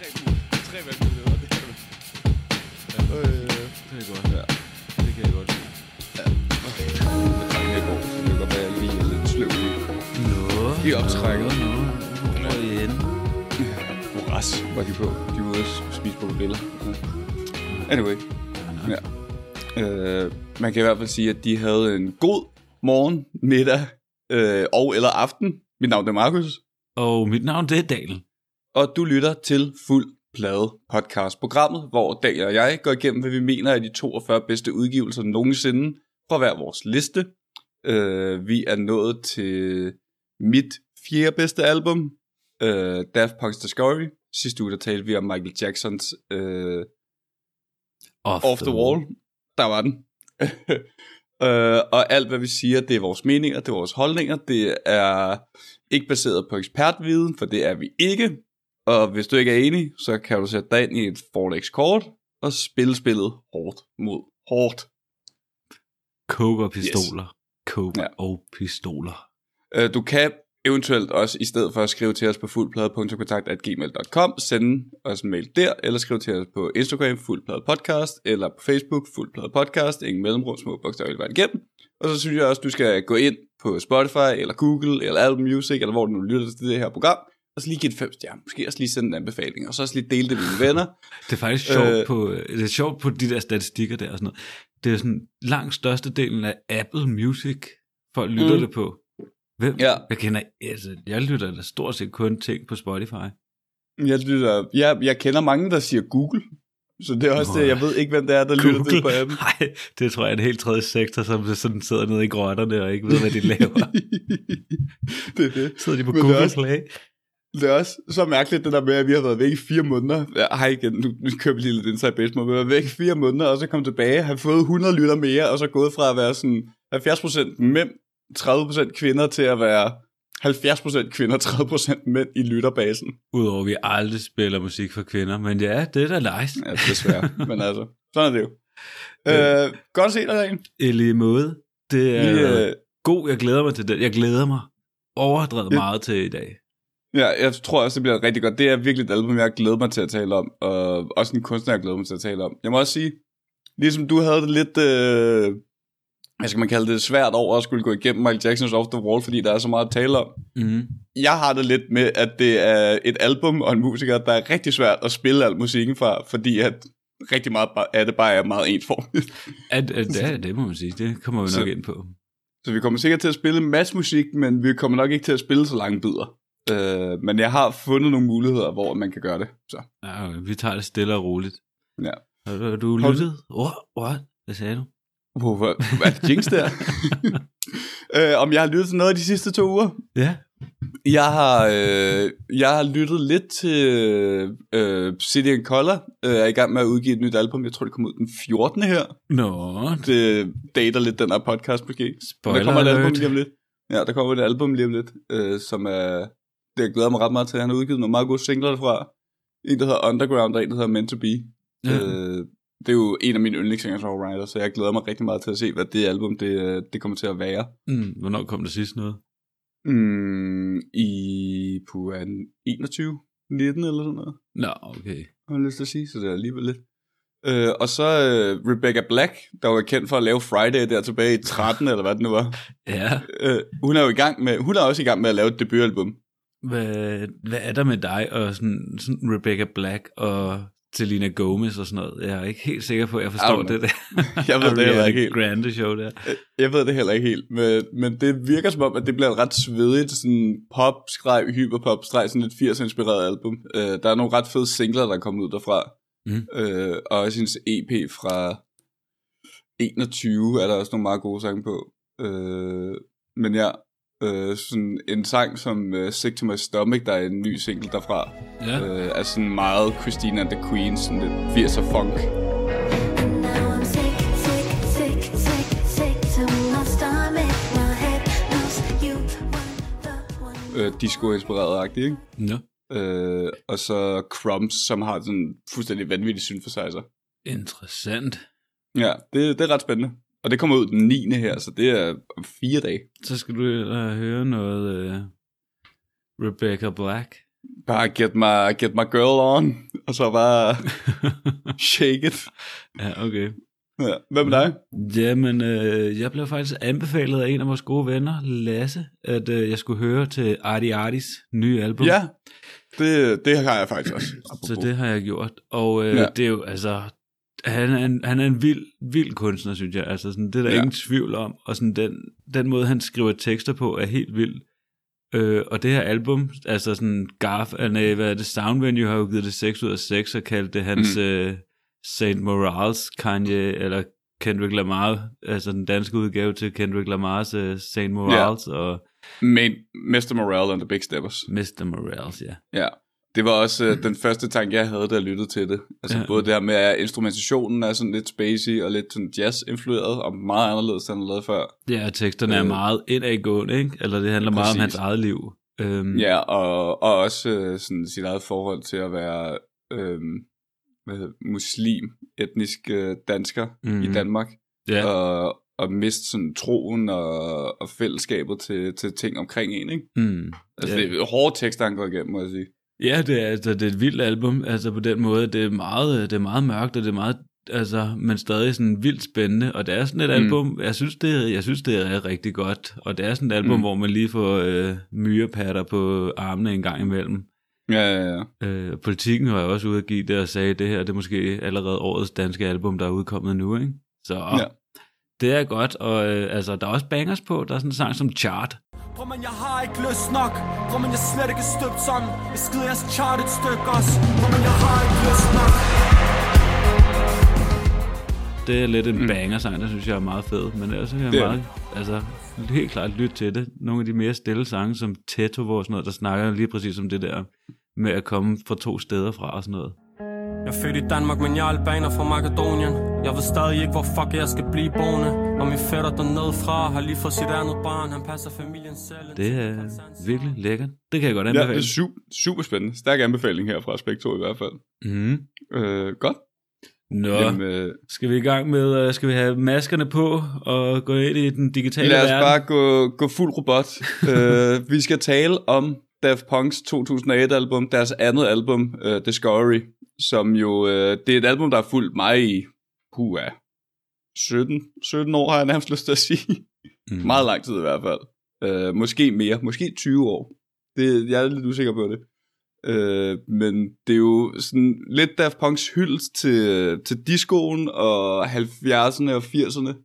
Tre valgmuligheder, det kan du. Det er godt. Ja, det kan jeg godt lide. Ja, okay. Med tanken i går, så det kan godt være, at jeg lige er lidt sløv i optrækket. Moras var de på. De var ude at spise på billeder. Anyway. Ja. Man kan i hvert fald sige, at de havde en god morgen, middag og eller aften. Mit navn er Markus. Og mit navn det er Daniel. Og du lytter til Fuld Plade podcast, programmet, hvor Daniel og jeg går igennem, hvad vi mener er de 42 bedste udgivelser nogensinde fra hver vores liste. Vi er nået til mit 4. bedste album, Daft Punk's Discovery. Sidste uge der talte vi om Michael Jacksons Off the Wall. Der var den. Og alt hvad vi siger, det er vores meninger, det er vores holdninger. Det er ikke baseret på ekspertviden, for det er vi ikke. Og hvis du ikke er enig, så kan du sætte dig ind i et forlægskort og spille spillet hårdt mod hårdt. Coke og pistoler. Yes. Coke Ja. og pistoler. Du kan eventuelt også, i stedet for at skrive til os på fuldplade.kontakt@gmail.com, sende os en mail der, eller skrive til os på Instagram, fuldpladepodcast, eller på Facebook, fuldpladepodcast, ingen mellemrum, små bogstaver hele vejen igennem. Og så synes jeg også, du skal gå ind på Spotify, eller Google, eller Apple Music, eller hvor du nu lytter til det her program, og så lige give det 5 stjerner. Måske også lige sende en anbefaling, og så også lige dele det med dine venner. Det er faktisk sjovt det er sjovt på de der statistikker der og sådan noget. Det er sådan langt størstedelen af Apple Music, folk lytter det på. Hvem? Ja. Jeg lytter da stort set kun ting på Spotify. Jeg kender mange, der siger Google, så det er også det, jeg ved ikke, hvem det er, der lytter det på appen. Nej, det tror jeg er en helt tredje sektor, som sådan sidder nede i grotterne og ikke ved, hvad de laver. Det er det. Sidder de på Googles lag? Det er også så mærkeligt, det der med, at vi har været væk i 4 måneder. Hej igen, nu køber vi lige lidt inside baseball. Vi har været væk i 4 måneder, og så kom tilbage, har fået 100 lytter mere, og så gået fra at være sådan 70% mænd, 30% kvinder, til at være 70% kvinder, 30% mænd i lytterbasen. Udover at vi aldrig spiller musik for kvinder, men ja, det er da nice. Ja, desværre, men altså, sådan er det jo. Godt at se dig, Daniel. I lige måde. Det er god, jeg glæder mig til det. Jeg glæder mig overdrevet meget til i dag. Ja, jeg tror også, det bliver rigtig godt. Det er virkelig et album, jeg glæder mig til at tale om, og også en kunstner, jeg glæder mig til at tale om. Jeg må også sige, ligesom du havde det lidt, hvad skal man kalde det, svært over at skulle gå igennem Michael Jacksons Off the Wall, fordi der er så meget at tale om. Mm. Jeg har det lidt med, at det er et album og en musiker, der er rigtig svært at spille al musikken fra, fordi at rigtig meget af det bare er meget ensformigt. Det må man sige, det kommer vi nok ind på. Så vi kommer sikkert til at spille en masse musik, men vi kommer nok ikke til at spille så lange bidder. Men jeg har fundet nogle muligheder, hvor man kan gøre det. Så. Ja, vi tager det stille og roligt. Ja. Har du lyttet? What? Hvad sagde du? Hvad er det jinx der? Om jeg har lyttet til noget af de sidste 2 uger? Ja. Jeg har lyttet lidt til City and Colour. Jeg er i gang med at udgive et nyt album. Jeg tror, det kommer ud den 14. her. Nå. Det dater lidt den her podcast måske. Spoiler der kommer et album alert. lige om lidt. Ja, der kommer et album lige om lidt, som er... Det jeg glæder mig ret meget til. Han har udgivet nogle meget gode singler derfra. En, der hedder Underground, og en, der hedder Meant to Be. Ja. Det er jo en af mine yndlingssinger-songwriter, så jeg glæder mig rigtig meget til at se, hvad det album det kommer til at være. Hvornår kom det sidst noget? På 21, 19 eller sådan noget. Nå, okay. Jeg har lyst til at sige, så det er alligevel lidt. Og så Rebecca Black, der var kendt for at lave Friday der tilbage i 13, eller hvad det nu var. Ja. Hun er også i gang med at lave et debutalbum. Hvad er der med dig og sådan Rebecca Black og Selena Gomez og sådan noget? Jeg er ikke helt sikker på, at jeg forstår det der. Jeg ved det heller ikke helt. Grande show der. Jeg ved det heller ikke helt, men det virker som om, at det bliver et ret svedigt, sådan pop-skreg, hyperpop-streg, sådan lidt 80'er-inspireret album. Der er nogle ret fede singler, der er kommet ud derfra. Og også hendes EP fra 21 er der også nogle meget gode sange på. Men ja, sådan en sang som Sick to My Stomach, der er en ny single derfra, er sådan meget Christina and the Queen, sådan lidt 80'er funk. Disco-inspireret-agtigt, ikke? Ja. Og så Crumbs, som har sådan en fuldstændig vanvittig synthesizer. Interessant. Ja, det er ret spændende. Og det kommer ud den 9. her, så det er om 4 dage. Så skal du høre noget Rebecca Black. Bare get my girl on. og så bare shake it. Ja, okay. Ja. Hvad med dig? Jamen, jeg blev faktisk anbefalet af en af vores gode venner, Lasse, at jeg skulle høre til Artie Arties nye album. Ja, det har jeg faktisk også. Apropos. Så det har jeg gjort. Og det er jo, altså, han er en vild kunstner, synes jeg. Altså, sådan, det er der ingen tvivl om. Og sådan, den måde, han skriver tekster på, er helt vild. Og det her album, altså sådan hvad er det, Soundvenue har jo givet det 6 ud af 6 og kaldt det hans St. Morales Kanye, eller Kendrick Lamar, altså den danske udgave til Kendrick Lamars St. Morales. Og Mr. Morale and the Big Steppers. Mr. Morales, ja. Ja, det var også den første tanke, jeg havde, da jeg lyttede til det. Altså både det her med, at instrumentationen er sådan lidt spacey og lidt sådan jazz-influeret, og meget anderledes, end han lavede før. Ja, teksterne er meget indadgående, ikke? Eller det handler meget om hans eget liv. Ja, og også sådan sit eget forhold til at være muslim, etnisk dansker i Danmark. Ja. Og miste sådan troen og fællesskabet til ting omkring en, ikke? Altså det er hårde tekster, han går igennem, må jeg sige. Ja, det er et vildt album, altså på den måde, det er meget mørkt, og det er meget, altså, men stadig sådan vildt spændende, og det er sådan et album, jeg synes det er rigtig godt, og det er sådan et album, hvor man lige får myrepatter på armene en gang imellem. Ja. Politikken var også ude at give det og sagde, det her det er måske allerede årets danske album, der er udkommet nu, ikke? Så det er godt, og altså, der er også bangers på, der er sådan en sang som Chart. Bror man, jeg har ikke lyst nok. Bror man, jeg slet ikke støbt sådan. Jeg skider jeres chart et stykke også. Bror man, jeg har ikke lyst nok. Det er lidt en banger-sang, der synes jeg er meget fed. Men ellers er jeg meget, altså helt klart lytte til det. Nogle af de mere stille sange, som Tetto, hvor sådan noget, der snakker lige præcis om det der med at komme fra 2 steder fra og sådan noget. Jeg er født i Danmark, men jeg er albaner fra Makedonien. Jeg ved stadig ikke, hvor fuck jeg skal blive boende. Og min fætter dernede fra har lige fået sit andet barn. Han passer familien selv. Det er virkelig lækkert. Det kan jeg godt anbefale. Ja, det er super spændende. Stærk anbefaling her fra Spektro i hvert fald. Godt. Nå, skal vi i gang med, skal vi have maskerne på og gå ind i den digitale verden? Lad os bare gå fuld robot. Vi skal tale om Daft Punk's 2008-album, deres andet album, Discovery, som jo, det er et album, der har fulgt mig i 17 år, har jeg nærmest lyst til at sige. Meget lang tid i hvert fald. Måske mere, måske 20 år. Jeg er lidt usikker på det. Men det er jo sådan lidt Daft Punk's hyldest til discoen og 70'erne og 80'erne.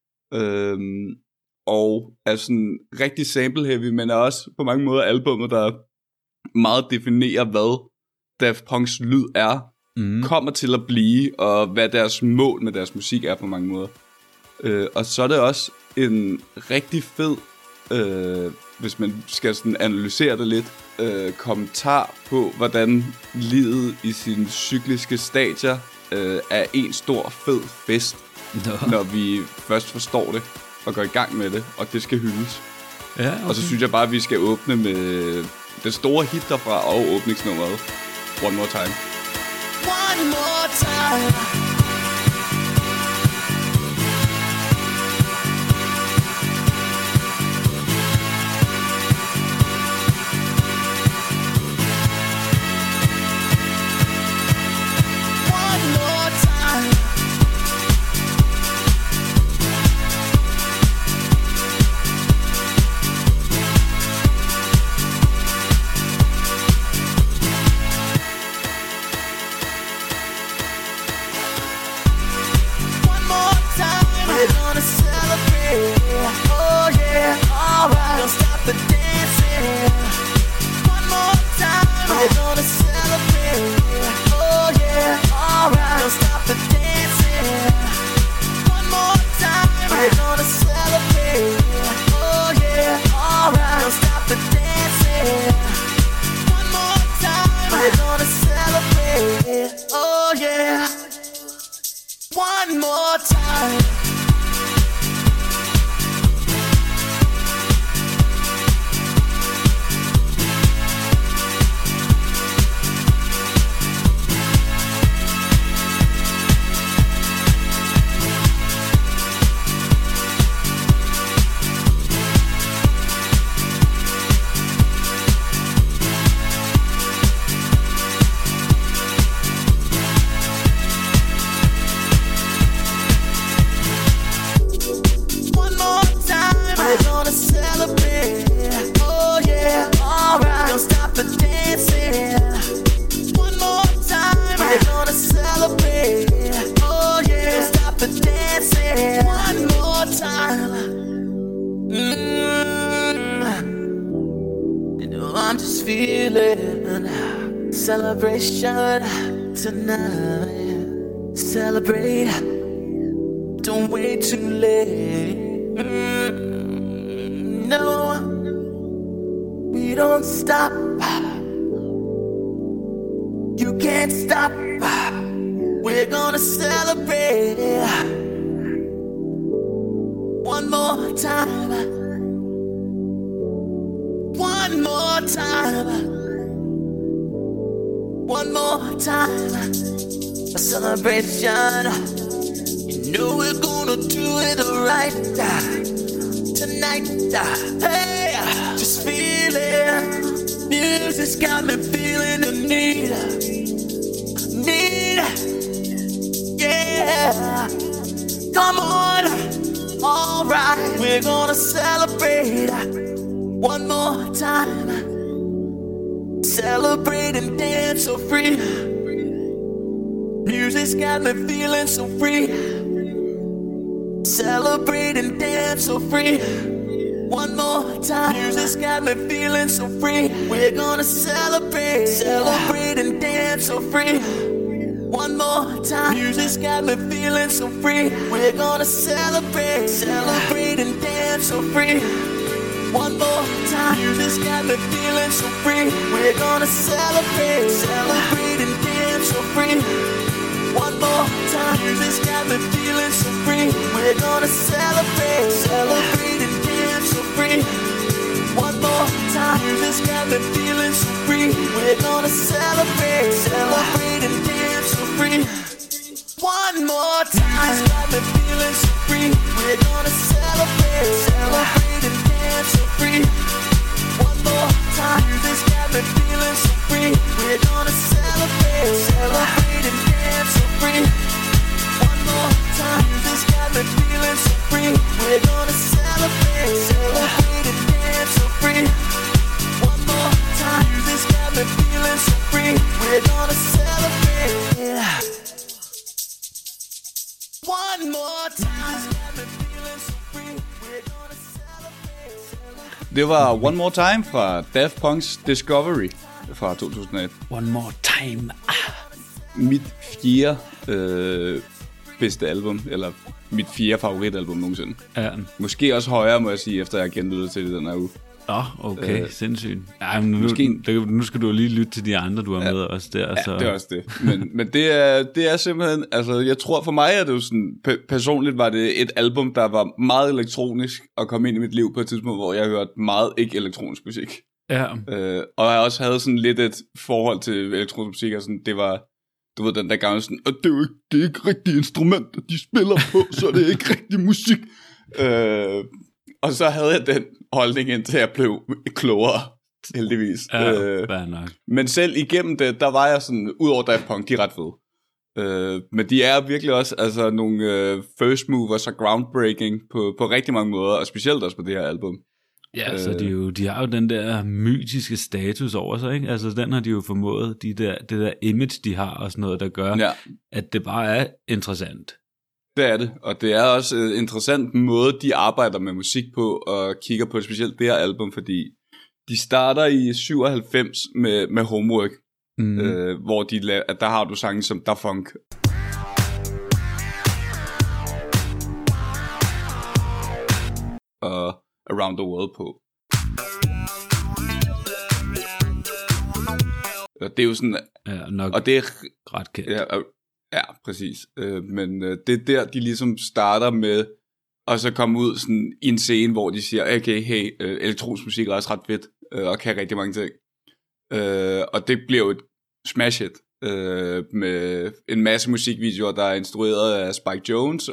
Og er sådan rigtig sample heavy, men er også på mange måder albummet, der meget definerer, hvad Daft Punk's lyd er, kommer til at blive, og hvad deres mål med deres musik er på mange måder. Og så er det også en rigtig fed, hvis man skal sådan analysere det lidt, kommentar på, hvordan livet i sine cykliske stadier er en stor fed fest, når vi først forstår det og går i gang med det, og det skal hyldes. Ja, okay. Og så synes jeg bare, at vi skal åbne med det store hit derfra og åbningsnummeret One More Time. One more time. feeling. Celebration tonight. Celebrate. Don't wait too late. No, we don't stop. You can't stop. We're gonna celebrate. One more time. One more time. One more time. A celebration. You know we're gonna do it right tonight. Hey, just feel it. Music's got me feeling the need. Yeah. Come on. Alright, we're gonna celebrate one more time. Celebrate and dance so free. Music's got me feeling so free. Celebrate and dance so free. One more time. Music's got me feeling so free. We're gonna celebrate. Celebrate and dance so free. One more time. Music's got me feeling so free. We're gonna celebrate. Celebrate and dance so free. One more time. Music's got me feeling so free. We're gonna celebrate. Celebrate and dance so free. One more time. Music's got me feeling so free. We're gonna celebrate. Celebrate and dance so free. One more time. Music's got me feeling so free. We're gonna celebrate. Celebrate and dance so free. One more time. Music's got me feeling so free. We're gonna celebrate. Celebrate and dance so free. One more time. Music's got me feeling so free. We're gonna celebrate. Celebrate and dance so free. One more time. Music's got me feeling so free. We're gonna celebrate. Celebrate and dance so free. One more time. Music's got me feeling so free. We're gonna celebrate. One more time. Got me feeling so free. We're gonna celebrate. Det var One More Time fra Daft Punk's Discovery fra 2001. One more time. Mit fjerde bedste album, eller mit fjerde favoritalbum nogensinde. Ja. Måske også højere, må jeg sige, efter jeg har genlyttet til det den her uge. Okay, sindssygt. Ja, men nu skal du lige lytte til de andre, du har med også der. Ja, så. det er også det. Men det er simpelthen, altså jeg tror for mig, at det jo sådan, personligt var det et album, der var meget elektronisk, og kom ind i mit liv på et tidspunkt, hvor jeg hørte meget ikke-elektronisk musik. Ja. Og jeg også havde sådan lidt et forhold til elektronisk musik, og sådan, det var, du ved, den der gamle sådan, og det er ikke rigtige instrumenter, de spiller på, så det er ikke rigtig musik. Og så havde jeg den holdning, indtil jeg blev klogere, heldigvis. Ja, nok. Men selv igennem det, der var jeg sådan, udover Daft Punk, de er ret fede. Men de er virkelig også altså, nogle first movers og groundbreaking på rigtig mange måder, og specielt også på det her album. Ja, så de har jo den der mytiske status over sig, ikke? Altså den har de jo formået, det der image, de har og sådan noget, der gør, at det bare er interessant. Det er det, og det er også en interessant måde, de arbejder med musik på, og kigger på specielt det her album, fordi de starter i 97 med Homework, hvor der har du sange som Da Funk. Og Around the World på. Og det er jo sådan, nok og det er ret kendt. Ja, præcis. Men det er der, de ligesom starter med, og så komme ud sådan i en scene, hvor de siger, okay, hey, elektronisk musik er også ret fedt, og kan rigtig mange ting. Og det bliver jo et smash hit, med en masse musikvideoer, der er instrueret af Spike Jones,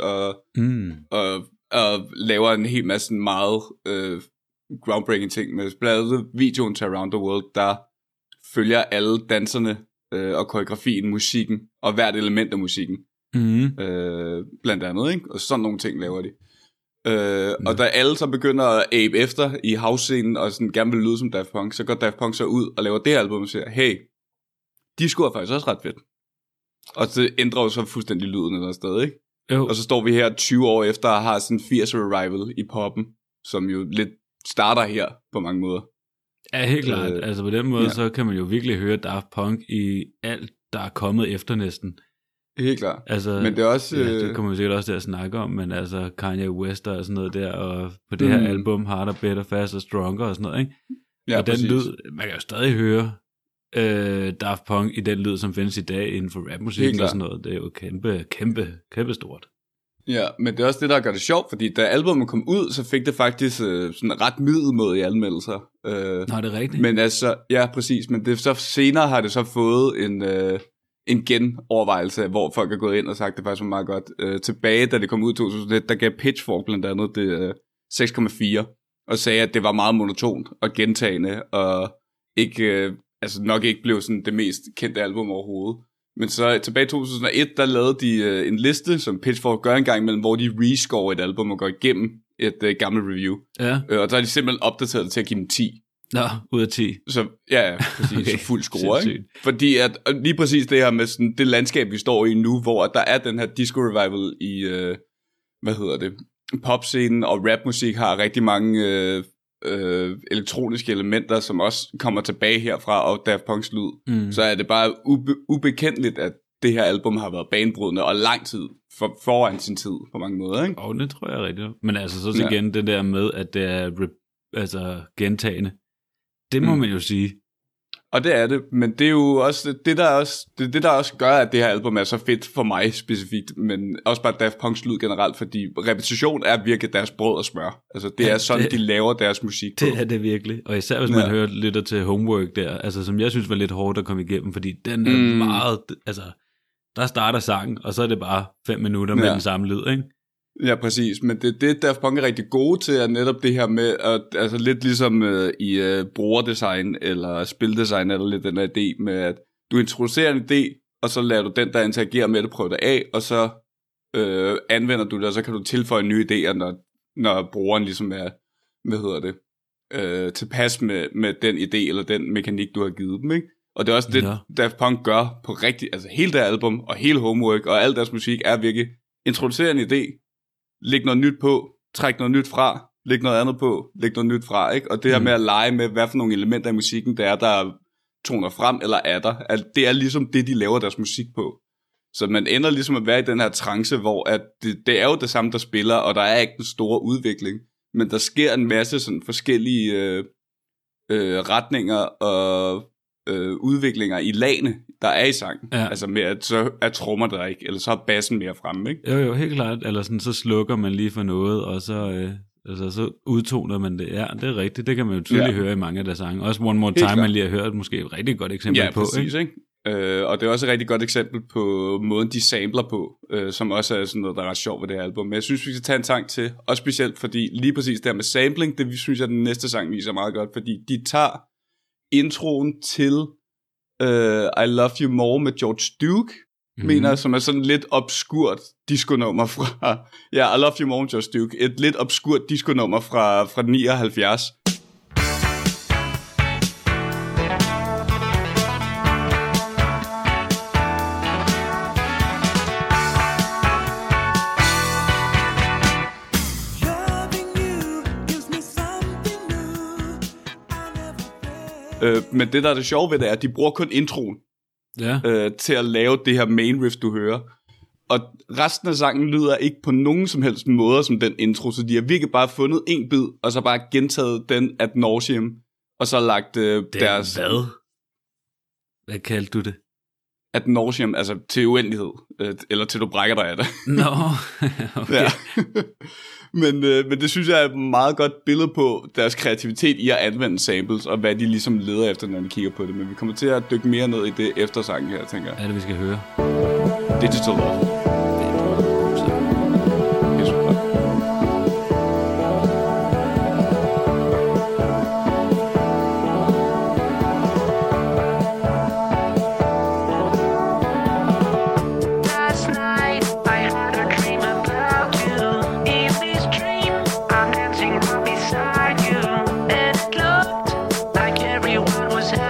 og laver en hel masse meget groundbreaking ting, med blandt andet videoen til Around the World, der følger alle danserne, og koreografien, musikken, og hvert element af musikken. Blandt andet, ikke? Og sådan nogle ting laver de. Og da alle så begynder at abe efter i house-scenen, og sådan gerne vil lyde som Daft Punk, så går Daft Punk så ud og laver det album, og siger, hey, de skulle faktisk også ret fedt. Og det ændrer jo så fuldstændig lyden eller sted, ikke? Jo. Og så står vi her 20 år efter, og har sådan en 80'er revival i poppen, som jo lidt starter her på mange måder. Ja, helt klart. Altså på den måde, så kan man jo virkelig høre Daft Punk i alt, der er kommet efter næsten. Helt klart. Altså, men det er også... det kommer vi sikkert også til at snakke om, men altså Kanye West og sådan noget der, og på det her album, Harder, Better, Faster, Stronger og sådan noget, ikke? Ja, og den lyd, man kan jo stadig høre Daft Punk i den lyd, som findes i dag inden for rapmusikken og sådan noget. Det er jo kæmpe stort. Ja, men det er også det, der gør det sjovt, fordi da albumet kom ud, så fik det faktisk sådan ret middelmådige anmeldelser. Nå, er det rigtigt? Men altså, ja, præcis, men det, så senere har det så fået en genovervejelse, hvor folk er gået ind og sagt, det faktisk var meget godt. Tilbage, da det kom ud i 2001, der gav Pitchfork blandt andet det 6,4, og sagde, at det var meget monotont og gentagende, og ikke, altså nok ikke blev sådan det mest kendte album overhovedet. Men så tilbage i 2001, der lavede de en liste, som Pitchfork gør en gang imellem, hvor de rescore et album og går igennem et gammelt review. Ja. Og så har de simpelthen opdateret det til at give dem 10. Nå, ud af 10. Så, ja, præcis. Okay. Så fuld score, ikke? Fordi at lige præcis det her med sådan, det landskab, vi står i nu, hvor der er den her disco revival i, popscenen, og rapmusik har rigtig mange elektroniske elementer, som også kommer tilbage herfra, og Daft Punks lyd. Så er det bare ubekendeligt, at det her album har været banebrydende, og lang tid foran sin tid, på mange måder, ikke? Det tror jeg er rigtigt. Men altså, så igen det der med, at det er gentagende. Det må man jo sige. Og det er det, men det er jo også det der også gør, at det her album er så fedt for mig specifikt, men også bare Daft Punks lyd generelt, fordi repetition er virkelig deres brød og smør. Altså det er sådan, de laver deres musik på. Det er det virkelig, og især hvis man hører lidt til Homework der, altså som jeg synes var lidt hårdt at komme igennem, fordi den er meget, altså der starter sangen, og så er det bare 5 minutter med den samme lyd, ikke? Ja, præcis, men det Daft Punk er rigtig gode til, er netop det her med, at, altså lidt ligesom i brugerdesign eller spildesign, eller lidt den her idé med, at du introducerer en idé, og så lader du den, der interagerer med det, prøve det af, og så anvender du det, og så kan du tilføje nye idéer, når brugeren ligesom er, tilpas med den idé, eller den mekanik, du har givet dem, ikke? Og det er også det, Daft Punk gør på rigtigt, altså hele det album, og hele Homework, og al deres musik er virkelig, introducere en idé, læg noget nyt på, træk noget nyt fra, læg noget andet på, læg noget nyt fra, ikke? Og det her med at lege med, hvad for nogle elementer i musikken, der toner frem eller er der, at det er ligesom det, de laver deres musik på. Så man ender ligesom at være i den her trance, hvor at det er jo det samme, der spiller, og der er ikke den store udvikling, men der sker en masse sådan forskellige retninger og udviklinger i lagene, der er i sangen. Ja. Altså med, at så er trommer der ikke, eller så er bassen mere fremme, ikke? Jo, helt klart. Eller sådan, så slukker man lige for noget, og så udtoner man det. Ja, det er rigtigt. Det kan man jo tydeligt høre i mange af deres sange. Også One More Time, man lige har hørt, måske et rigtig godt eksempel på. Præcis, ikke? Og det er også et rigtig godt eksempel på måden, de sampler på, som også er sådan noget, der er ret sjovt ved det her album. Men jeg synes, vi skal tage en sang til, også specielt fordi lige præcis der med sampling, det synes jeg, den næste sang viser meget godt, fordi de tager introen til I Love You More med George Duke, mener, som er sådan lidt obskurt disco-nummer fra... Ja, I Love You More med George Duke. Et lidt obskurt disco-nummer fra 79. Men det, der er det sjove ved det, er, at de bruger kun introen til at lave det her main riff, du hører. Og resten af sangen lyder ikke på nogen som helst måder som den intro, så de har virkelig bare fundet en bid, og så bare gentaget den ad nauseam, og så lagt deres... Hvad? Hvad kaldte du det? Ad nauseam, altså til uendelighed, eller til du brækker dig af det. Nå, okay. Ja. Men det synes jeg er et meget godt billede på deres kreativitet i at anvende samples, og hvad de ligesom leder efter, når de kigger på det. Men vi kommer til at dykke mere ned i det efter sangen her, tænker jeg. Hvad er det, vi skal høre? Digital Love.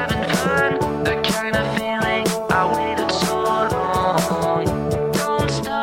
Don't stop.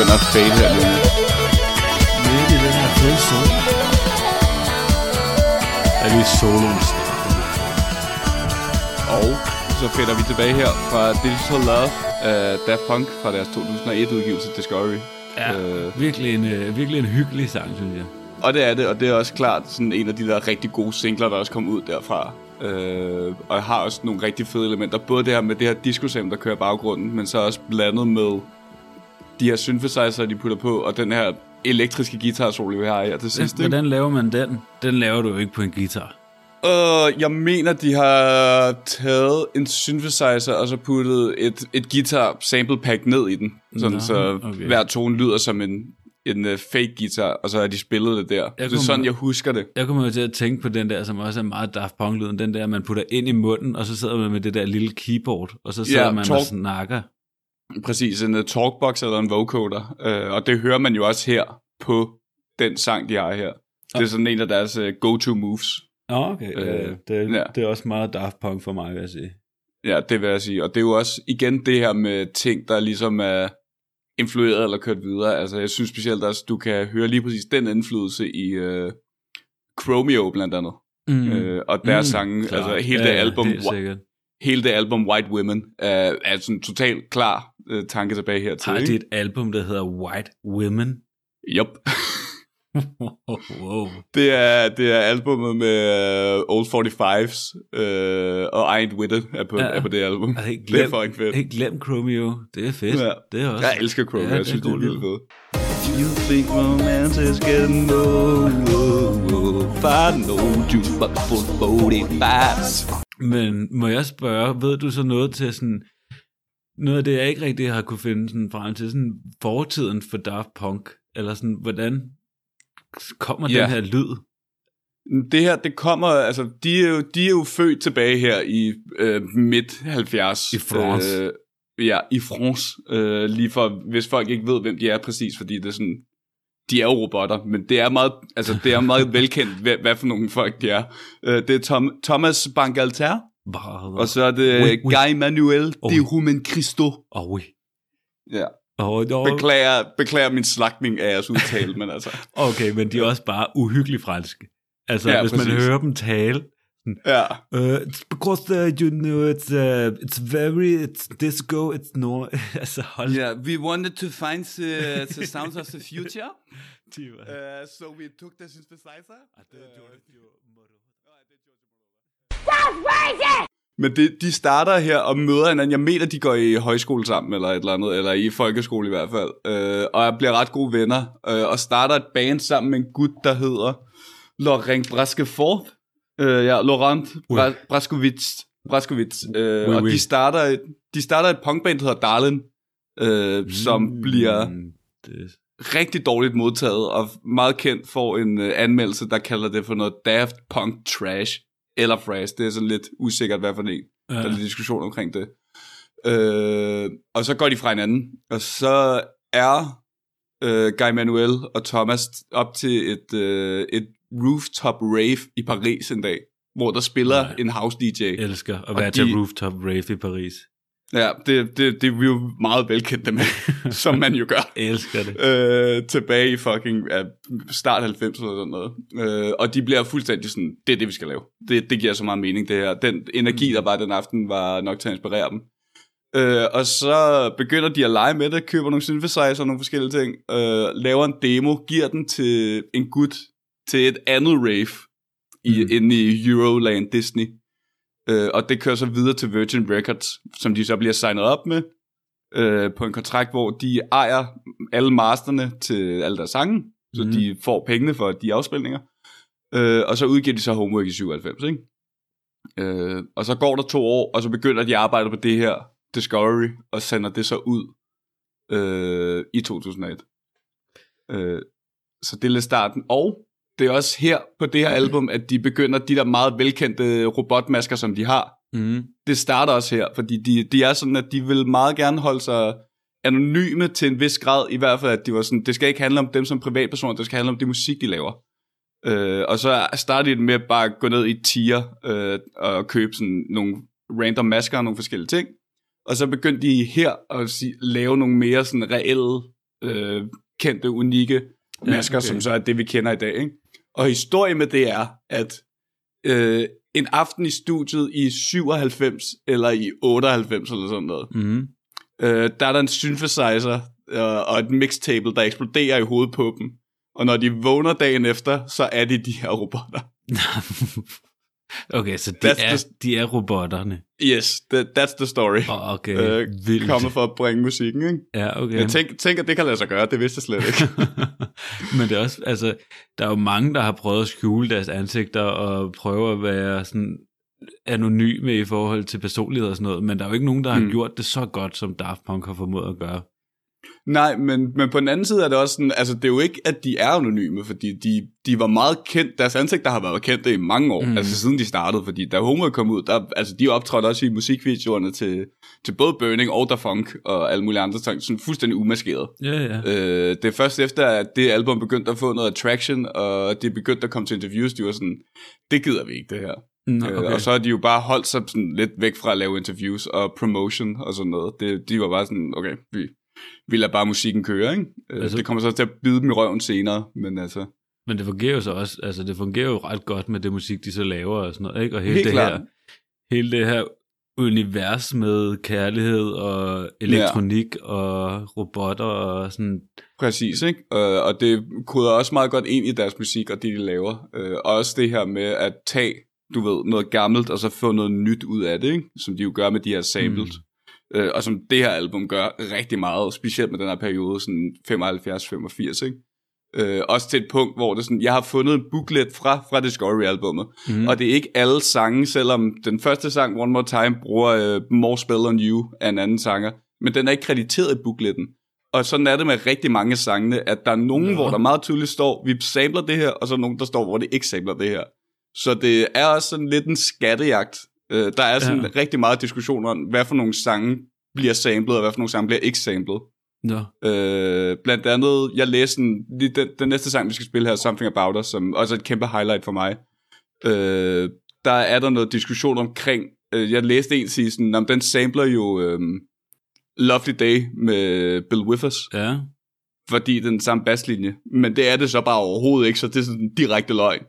begynder at fade her lige. Midt i den her fede sol. Er lige soloen startet. Og så fader vi tilbage her fra Digital Love af Daft Punk fra deres 2001-udgivelse Discovery. Ja, virkelig en hyggelig sang, synes jeg. Og det er det, og det er også klart sådan en af de der rigtig gode singler, der også kom ud derfra. Og jeg har også nogle rigtig fede elementer. Både det her med det her disco-sam, der kører baggrunden, men så også blandet med de her synthesizer, de putter på, og den her elektriske guitar-solo, vi har her til sidst. Hvordan laver man den? Den laver du jo ikke på en guitar. Jeg mener, de har taget en synthesizer og så puttet et guitar sample pack ned i den. Sådan, så hver tone lyder som en fake guitar, og så har de spillet det der. Det er sådan, jeg husker det. Jeg kommer jo til at tænke på den der, som også er meget Daft Punk-lyden. Den der, man putter ind i munden, og så sidder man med det der lille keyboard, og så sidder man og snakker. Præcis, en talkbox eller en vocoder. Og det hører man jo også her på den sang, de har her. Det er sådan en af deres go-to moves. Okay. Det er også meget Daft Punk for mig, vil jeg sige. Ja, det vil jeg sige. Og det er jo også igen det her med ting, der ligesom er influeret eller kørt videre. Altså, jeg synes specielt også, du kan høre lige præcis den indflydelse i Chromeo blandt andet. Og deres sange, klar. Altså hele det album White Women er sådan totalt klar tanke tilbage her til. Har de et album, der hedder White Women? Yup. Wow. Det er albumet med Old 45's og I Ain't With It er på det album. Det er fucking fedt. Ikke glem Chromeo. Det er fedt. Ja. Det er også. Jeg elsker Chromeo. Jeg synes, det er vildt fedt. You think romance is getting Men må jeg spørge, ved du så noget til sådan noget af det, jeg ikke rigtig har kunne finde sådan frem til sådan fortiden for Daft Punk, eller sådan, hvordan kommer den her lyd? Det her, det kommer, altså, de er jo født tilbage her i midt-70. I France. I France. Lige for, hvis folk ikke ved, hvem de er præcis, fordi det er sådan, de er jo robotter, men det er meget velkendt, hvad for nogle folk de er. Det er Thomas Bangalter, og så er det Guy Manuel de Humen Christo. Ja. Beklager min slagtning af jeres udtale, men altså. Okay, men de er også bare uhyggeligt franske. Altså, ja, hvis man hører dem tale. Ja. It's because you know it's disco, it's no. Altså, hold. Yeah, we wanted to find the sounds of the future. So we took the synthesizer. Men de starter her og møder hinanden. Jeg mener, de går i højskole sammen, eller et eller andet, eller i folkeskole i hvert fald. Og bliver ret gode venner. Og starter et band sammen med en gut, der hedder Laurent Brascovic. Laurent Brascovic. Og de starter et punkband, der hedder Darlin, som bliver rigtig dårligt modtaget, og meget kendt for en anmeldelse, der kalder det for noget Daft Punk trash. Eller Fresh, det er sådan lidt usikkert, hvad for en. Der er lidt diskussion omkring det. Og så går de fra hinanden, og så er Guy Manuel og Thomas op til et rooftop rave i Paris en dag, hvor der spiller en house DJ. Jeg elsker at være til rooftop rave i Paris. Ja, det er vi jo meget velkendte med, som man jo gør. Jeg elsker det. Tilbage i fucking start 90'erne eller sådan noget. Og de bliver fuldstændig sådan, det er det, vi skal lave. Det giver så meget mening, det her. Den energi, der var den aften, var nok til at inspirere dem. Og så begynder de at lege med det, køber nogle synthesizer og nogle forskellige ting, laver en demo, giver den til en gut til et andet rave inde i Euroland Disney. Og det kører så videre til Virgin Records, som de så bliver signet op med, på en kontrakt, hvor de ejer alle masterne til alle deres sange, så de får pengene for de afspilninger. Og så udgiver de så Homework i 97, ikke? Og så går der 2 år, og så begynder de at arbejde på det her Discovery, og sender det så ud i 2001. Så det er lidt starten. Og det er også her på det her album, at de begynder de der meget velkendte robotmasker, som de har. Det starter også her, fordi de er sådan, at de vil meget gerne holde sig anonyme til en vis grad, i hvert fald, at de var sådan, det skal ikke handle om dem som privatpersoner, det skal handle om det musik, de laver. Og så starter de med at bare gå ned i tier og købe sådan nogle random masker og nogle forskellige ting. Og så begyndte de her at lave nogle mere sådan reelle kendte, unikke masker, som så er det, vi kender i dag. Ikke? Og historien med det er, at en aften i studiet i 97 eller i 98 eller sådan noget, der er der en synthesizer og et mixtable, der eksploderer i hovedet på dem. Og når de vågner dagen efter, så er de her robotter. Okay, så de er robotterne. Yes, that's the story. Okay, vildt. Kommer for at bringe musikken, ikke? Ja, okay. Jeg tænker, at det kan lade sig gøre, det vidste jeg slet ikke. Men det er også, altså, der er jo mange, der har prøvet at skjule deres ansigter og prøve at være sådan anonyme i forhold til personlighed og sådan noget, men der er jo ikke nogen, der har gjort det så godt, som Daft Punk har formået at gøre. Nej, men på den anden side er det også sådan, altså det er jo ikke, at de er anonyme, fordi de var meget kendt, deres ansigter har været kendte i mange år, altså siden de startede, fordi da Homework kom ud, altså de optrådte også i musikvideoerne til både Burning og Da Funk og alle mulige andre ting, sådan fuldstændig umaskeret. Ja. Det er først efter, at det album begyndte at få noget attraction, og det begyndte at komme til interviews, de var sådan, det gider vi ikke det her. Okay. Og så har de jo bare holdt sig sådan lidt væk fra at lave interviews og promotion og sådan noget. De var bare sådan, okay, vi lader bare musikken køre, ikke? Altså, det kommer så til at bide dem i røven senere, men altså... Men det fungerer jo så også, altså det fungerer jo ret godt med det musik, de så laver og sådan noget, ikke? Og hele det her univers med kærlighed og elektronik og robotter og sådan... Præcis, ikke? Og det koder også meget godt ind i deres musik og det, de laver. Og også det her med at tage, du ved, noget gammelt og så få noget nyt ud af det, ikke? Som de jo gør med de her samples. Og som det her album gør rigtig meget, specielt med den her periode, sådan 75-85, ikke? Også til et punkt, hvor det sådan, jeg har fundet en booklet fra Discovery-albummet, og det er ikke alle sange, selvom den første sang, One More Time, bruger More Spell on You af en anden sanger, men den er ikke krediteret i bookletten. Og sådan er det med rigtig mange sangene, at der er nogen, hvor der meget tydeligt står, vi samler det her, og så er nogen, der står, hvor det ikke samler det her. Så det er også sådan lidt en skattejagt. Der er sådan rigtig meget diskussion om, hvad for nogle sange bliver samlet, og hvad for nogle sange bliver ikke samlet. Blandt andet, jeg læste den næste sang, vi skal spille her, Something About Us, som også er et kæmpe highlight for mig. Der er der noget diskussion omkring, jeg læste en sige sådan, om den samler jo Lovely Day med Bill Withers. Ja. Fordi det er den samme basslinje. Men det er det så bare overhovedet ikke, så det er sådan en direkte løgn.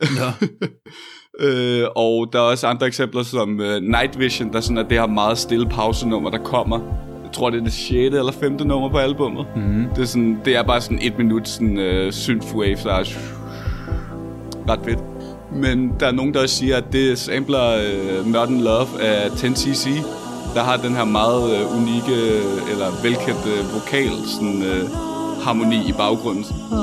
Og der er også andre eksempler som Night Vision, der sådan, at det har meget stille pausenummer, der kommer. Jeg tror, det er det 6. eller 5. nummer på albummet. Det er bare sådan 1 minut sådan, synthwave, der er ret fedt. Men der er nogen, der også siger, at det sampler Modern Love af 10cc, der har den her meget unikke eller velkendte vokal sådan, harmoni i baggrunden.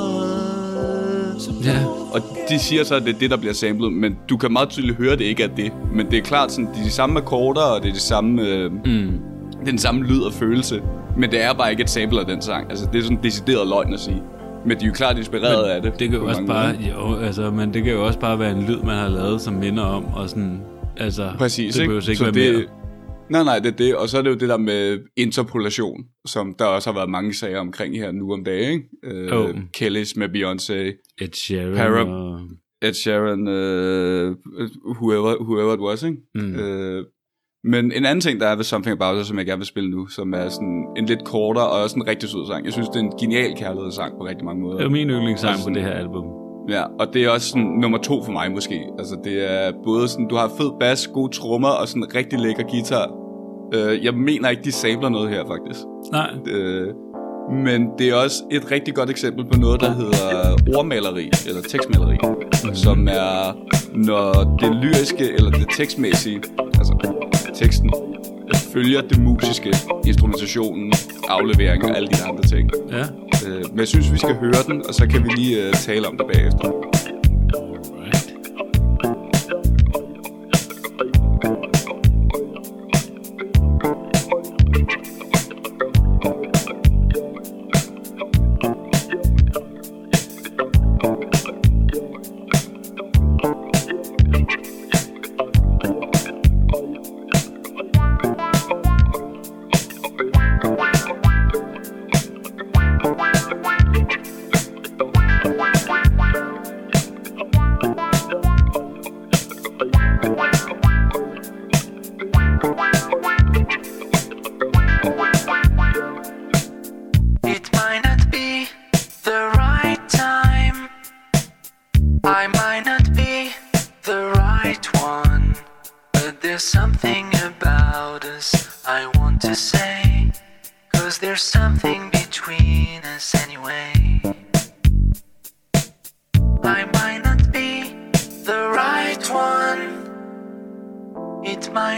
Ja. Og de siger så, at det er det, der bliver samlet, men du kan meget tydeligt høre, det ikke er det. Men det er klart, sådan, det er de samme akkorder, og det er det samme, det er den samme lyd og følelse. Men det er bare ikke et sample af den sang. Altså, det er sådan en decideret løgn at sige. Men de er jo klart inspireret af det. Det kan jo også bare, men det kan jo også bare være en lyd, man har lavet, som minder om, og sådan, altså, præcis, det behøver ikke være mere. Nej, det er det. Og så er det jo det der med interpolation, som der også har været mange sager omkring her nu om dagen, ikke? Kellys med Beyoncé, Ed Sheeran, Ed Sheeran, whoever it was, ikke? Men en anden ting, der er ved Something About Us, som jeg gerne vil spille nu, som er sådan en lidt kortere og også en rigtig sød sang. Jeg synes, det er en genial kærlighedssang på rigtig mange måder. Det er min yndlingssang på det her album. Ja, og det er også sådan nummer 2 for mig måske. Altså det er både sådan, du har fed bass, gode trommer og sådan rigtig lækker guitar. Jeg mener ikke, de samler noget her faktisk. Nej. Men det er også et rigtig godt eksempel på noget, der hedder ordmaleri eller tekstmaleri, som er, når det lyriske eller det tekstmæssige, altså teksten, følger det musiske, instrumentationen, afleveringen og alle de andre ting. Ja. Men jeg synes, vi skal høre den, og så kan vi lige tale om det bagefter.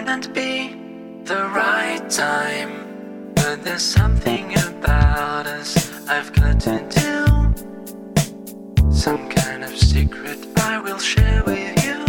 couldn't be the right time, but there's something about us I've got to do. Some kind of secret I will share with you.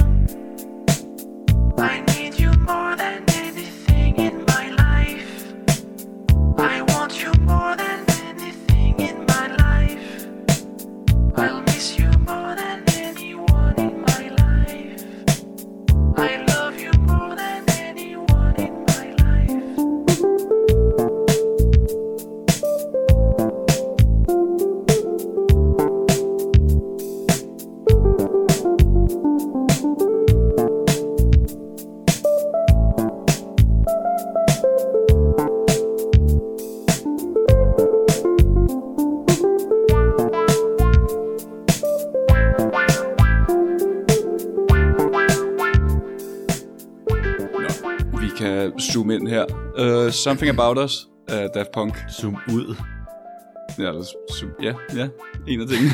I need you more than anything in my life. I want you more than anything in my life. I'll miss you more than anyone in my life. I love you more than anyone in my life. Zoom ind her. Something About Us af Daft Punk. Zoom ud. Ja, en af tingene.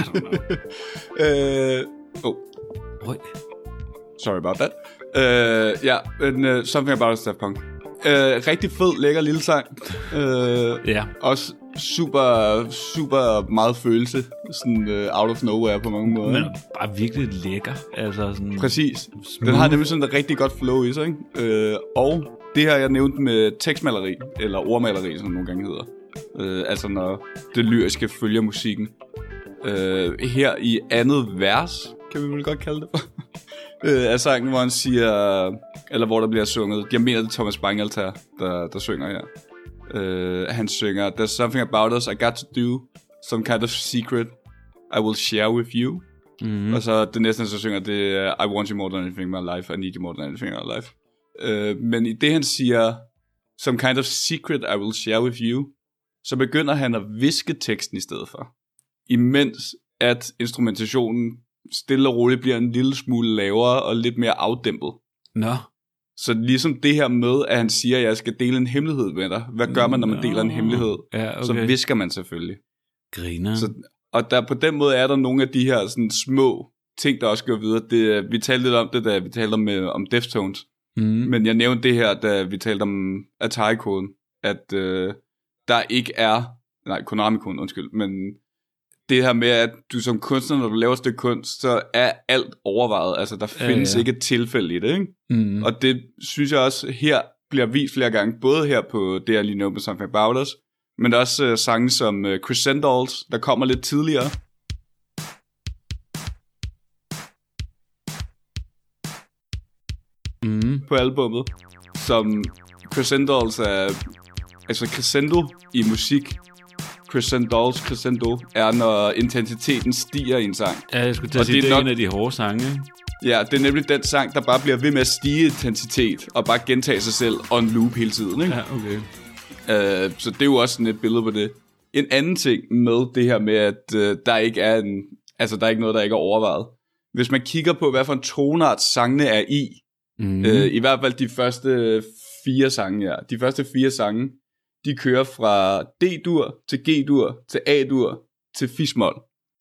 Sorry about that. Something About Us Daft Punk. Rigtig fed, lækker lille sang. Også super meget følelse. Sådan out of nowhere på mange måder. Men bare virkelig lækker. Altså sådan præcis. Smooth. Den har nemlig sådan et rigtig godt flow i sig, ikke? Og det her, jeg nævnte med tekstmaleri, eller ordmaleri, som det nogle gange hedder. Altså når det lyriske følger musikken. Her i andet vers, kan vi vel godt kalde det for, af sangen, hvor han siger, eller hvor der bliver sunget, jeg mener det er Thomas Bangalter, der synger her. Han synger, there's something about us I got to do, some kind of secret I will share with you. Mm-hmm. Og så det næste, så synger det, I want you more than anything in my life, I need you more than anything in my life. Men i det han siger, some kind of secret I will share with you, så begynder han at viske teksten i stedet for. Imens at instrumentationen stille og roligt bliver en lille smule lavere og lidt mere afdæmpet. Nå. Så ligesom det her med, at han siger, at jeg skal dele en hemmelighed med dig. Hvad gør man, når man deler en hemmelighed? Ja, okay. Så visker man selvfølgelig. Griner. Så, og der, på den måde er der nogle af de her sådan, små ting, der også går videre. Vi talte lidt om det, da vi talte om Deftones. Men jeg nævnte det her, da vi talte om Atari-koden. At der ikke er... Nej, Konami-koden, undskyld. Men det her med, at du som kunstner, når du laver et stykke kunst, så er alt overvejet. Altså, der findes ikke et tilfælde i det, ikke? Og det synes jeg også her bliver vist flere gange. Både her på det, jeg lige nævnte med Something About Us, men også sange som Crescendos, der kommer lidt tidligere. På albummet. Som Crescendos er... Altså, crescendo i musik... Crescendo er, når intensiteten stiger i en sang. Ja, jeg skulle til at sige, det er en af de hårde sange. Ja, det er nemlig den sang, der bare bliver ved med at stige intensitet, og bare gentage sig selv on loop hele tiden, ikke? Ja, okay. Så det er jo også sådan et billede på det. En anden ting med det her med, at der ikke er der er ikke noget, der ikke er overvejet. Hvis man kigger på, hvad for en tonart sangene er i hvert fald de første 4 sange her. De første 4 sange, de kører fra D-dur til G-dur til A-dur til fis-mol.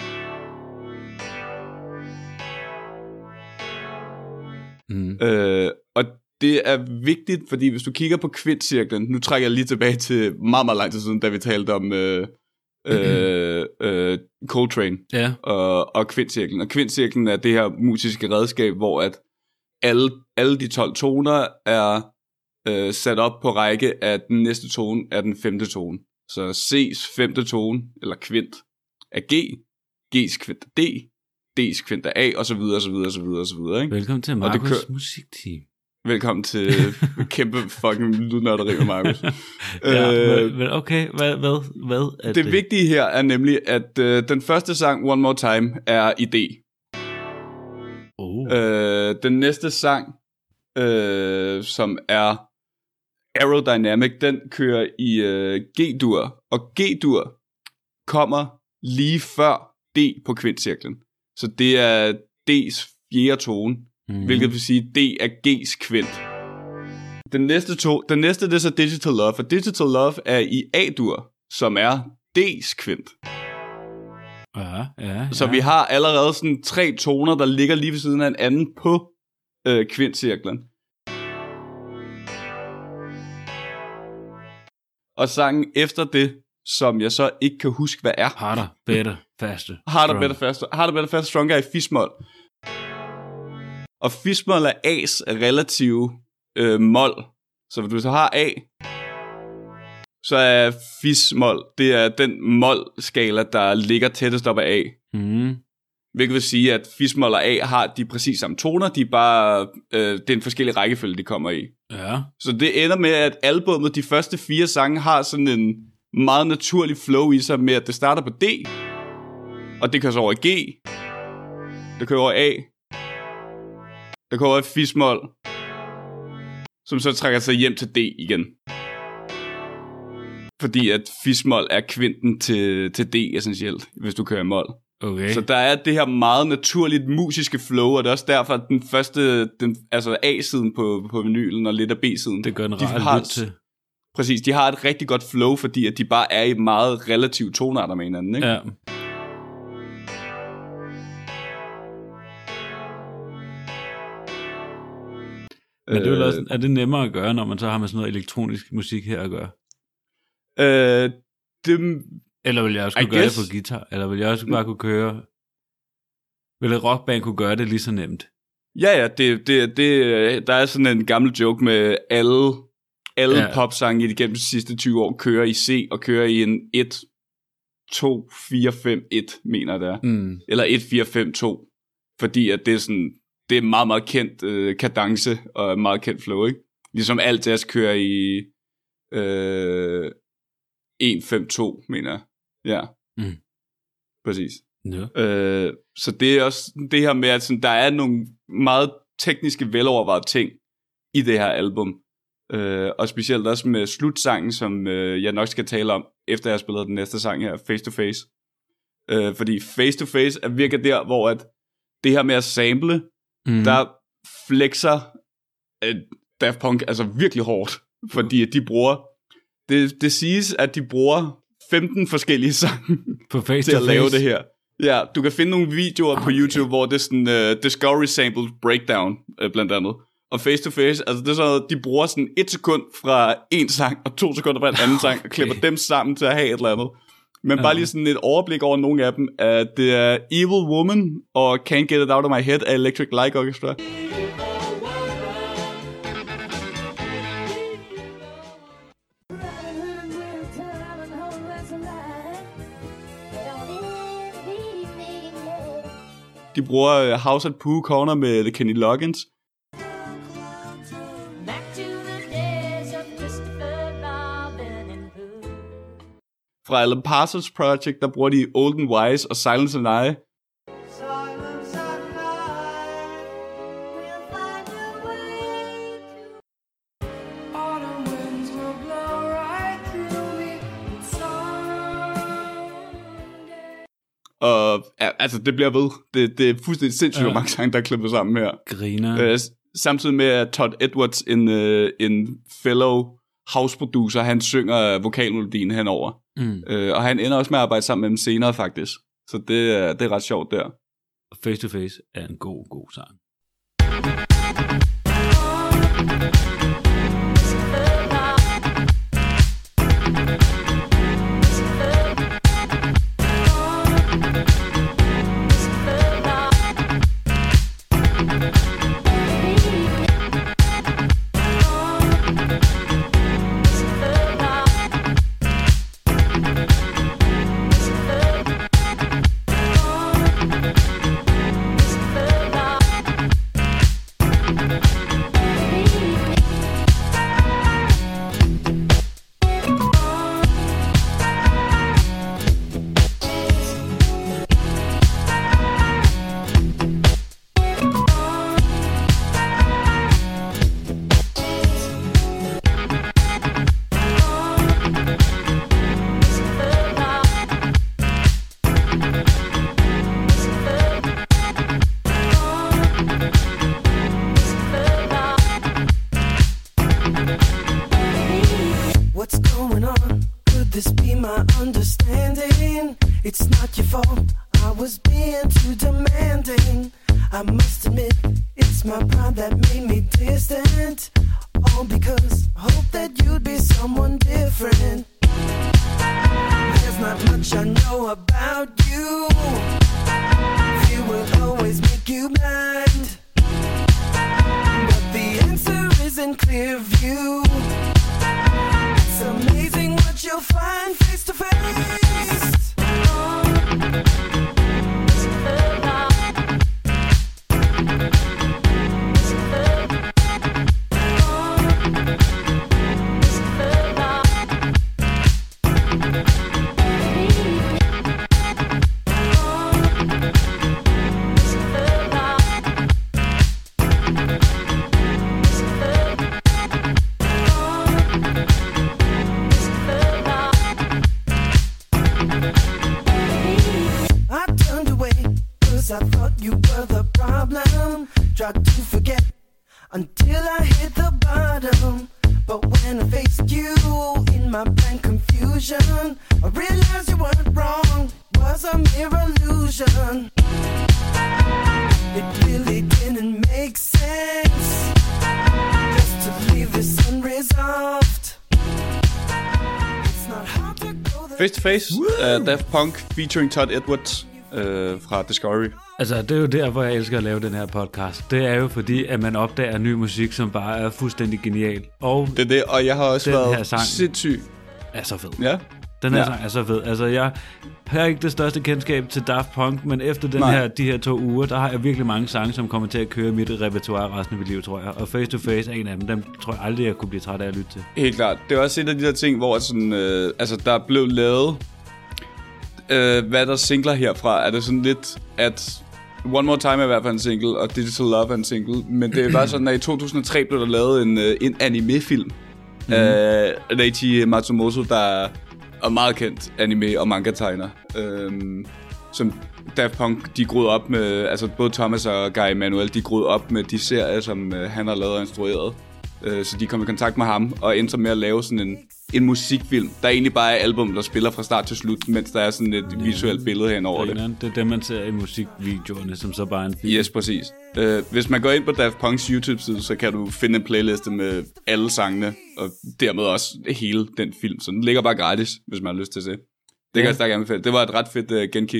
Og det er vigtigt, fordi hvis du kigger på kvintcirklen, nu trækker jeg lige tilbage til meget, meget lang tid siden, da vi talte om Coltrane og kvintcirklen. Og kvintcirklen er det her musiske redskab, hvor at alle de 12 toner er sat op på række, at den næste tone er den 5. tone. Så C's 5. tone, eller kvint, er G, G's kvint er D, D's kvint er A, og så videre, og så videre, og så videre, og så videre, ikke? Velkommen til Markus' musikteam. Velkommen til kæmpe fucking lydnørderi med Markus. Men okay, hvad er det vigtige her er nemlig, at den første sang, One More Time, er i D. Den næste sang, som er Aerodynamic, den kører i G-dur, og G-dur kommer lige før D på kvintcirklen. Så det er D's 4. tone, hvilket vil sige, D er G's kvint. Den næste det er så Digital Love, og Digital Love er i A-dur, som er D's kvint. Ja. Så vi har allerede sådan 3 toner, der ligger lige ved siden af en anden på kvintcirklen. Og sangen efter det, som jeg så ikke kan huske, hvad er. Harder, better, faster. Harder, better, faster, stronger i fis-mol. Og fis-mol er A's relative mol. Så hvis du så har A, så er fis-mol, det er den mol-skala, der ligger tættest op af A. Hvilket vil sige, at fis-mol og A har de præcis samme toner, de er bare, det er en forskellig rækkefølge, de kommer i. Ja. Så det ender med, at albummet, de første 4 sange, har sådan en meget naturlig flow i sig med, at det starter på D, og det kører så over i G, det kører over i A, det kører over i fis-mol, som så trækker sig hjem til D igen. Fordi at fis-mol er kvinten til D essentielt, hvis du kører i mol. Okay. Så der er det her meget naturligt musiske flow, og det er også derfor, at den første, altså A-siden på vinylen og lidt af B-siden, det gør en rar lyt til. Præcis, de har et rigtig godt flow, fordi at de bare er i meget relativt tonarter med hinanden, ikke? Ja. Men det er jo også, er det nemmere at gøre, når man så har med sådan noget elektronisk musik her at gøre? Eller vil jeg også kunne gøre det på guitar? Eller vil jeg også bare kunne køre... Vil et rockband kunne gøre det lige så nemt? Ja, der er sådan en gammel joke med alle popsange igennem de sidste 20 år kører i C og kører i en 1, 2, 4, 5, 1, mener det er. Eller 1, 4, 5, 2. Fordi at det er sådan... Det er meget, meget kendt kadence og meget kendt flow, ikke? Ligesom alt jazz kører i 1, 5, 2, mener jeg. Ja. Præcis. Ja. Så det er også det her med, at sådan, der er nogle meget tekniske, velovervejede ting i det her album. Og specielt også med slutsangen, som jeg nok skal tale om, efter jeg har spillet den næste sang her, Face to Face. Fordi Face to Face er virkelig der, hvor at det her med at sample, der flexer Daft Punk altså virkelig hårdt, fordi de bruger, det siges, at de bruger 15 forskellige sange på face til at lave det her. Ja, du kan finde nogle videoer på YouTube, hvor det er sådan Discovery Sample Breakdown, blandt andet. Og Face to Face, altså det er sådan, de bruger sådan 1 sekund fra en sang, og 2 sekunder fra en anden sang, og klipper dem sammen til at have et eller andet. Men bare lige sådan et overblik over nogle af dem, at det er Evil Woman og Can't Get It Out of My Head af Electric Light Orchestra. De bruger House at Pooh Corner med The Kenny Loggins. Fra Alan Parsons Project, der bruger de Old and Wise og Silence and I. Og altså, det bliver ved. Det er fuldstændig sindssygt, hvor mange sange, der er klippet sammen her. Griner. Samtidig med, at Todd Edwards, en fellow house producer, han synger vokalmelodien henover. Og han ender også med at arbejde sammen med dem senere, faktisk. Så det er ret sjovt der. Face to Face er en god sang. on because I hope that you'd be someone different. There's not much I know about you. Fear will always make you blind. But the answer is in clear view. It's amazing what you'll find face to face. I thought you were the problem. Tried to forget until I hit the bottom. But when I faced you in my blank confusion, I realized you weren't wrong, was a mere illusion. It really didn't make sense just to leave this unresolved. It's not hard to go there. Face to Face af Daft Punk featuring Todd Edwards fra Discovery. Altså, det er jo der, hvor jeg elsker at lave den her podcast. Det er jo fordi, at man opdager ny musik, som bare er fuldstændig genial. Og det er det, og jeg har også været sindssyg. Er så fed. Ja. Den her sang er så fed. Altså, jeg har ikke det største kendskab til Daft Punk, men efter de her 2 uger, der har jeg virkelig mange sange, som kommer til at køre mit repertoire resten af mit liv, tror jeg. Og Face to Face er en af dem. Dem tror jeg aldrig, jeg kunne blive træt af at lytte til. Helt klart. Det er også et af de der ting, hvor sådan, altså, der blev lavet hvad der singler herfra. Er det sådan lidt, at One More Time er i hvert fald en single, og Digital Love er en single. Men det er bare sådan, at i 2003 blev der lavet en anime-film af Reichi Matsumoto, der er meget kendt anime- og manga-tegner. Som Daft Punk, de groede op med, altså både Thomas og Guy Emanuel, de groede op med de serier, som han har lavet og instrueret. Så de kom i kontakt med ham og endte med at lave sådan en musikfilm, der egentlig bare er album, der spiller fra start til slut, mens der er sådan et visuelt billede henover det. Det er det, man ser i musikvideoerne, som så bare er en film. Yes, præcis. Hvis man går ind på Daft Punks YouTube-side, så kan du finde en playliste med alle sangene, og dermed også hele den film. Så den ligger bare gratis, hvis man har lyst til at se. Det kan jeg stærkt anbefale. Det var et ret fedt genkig.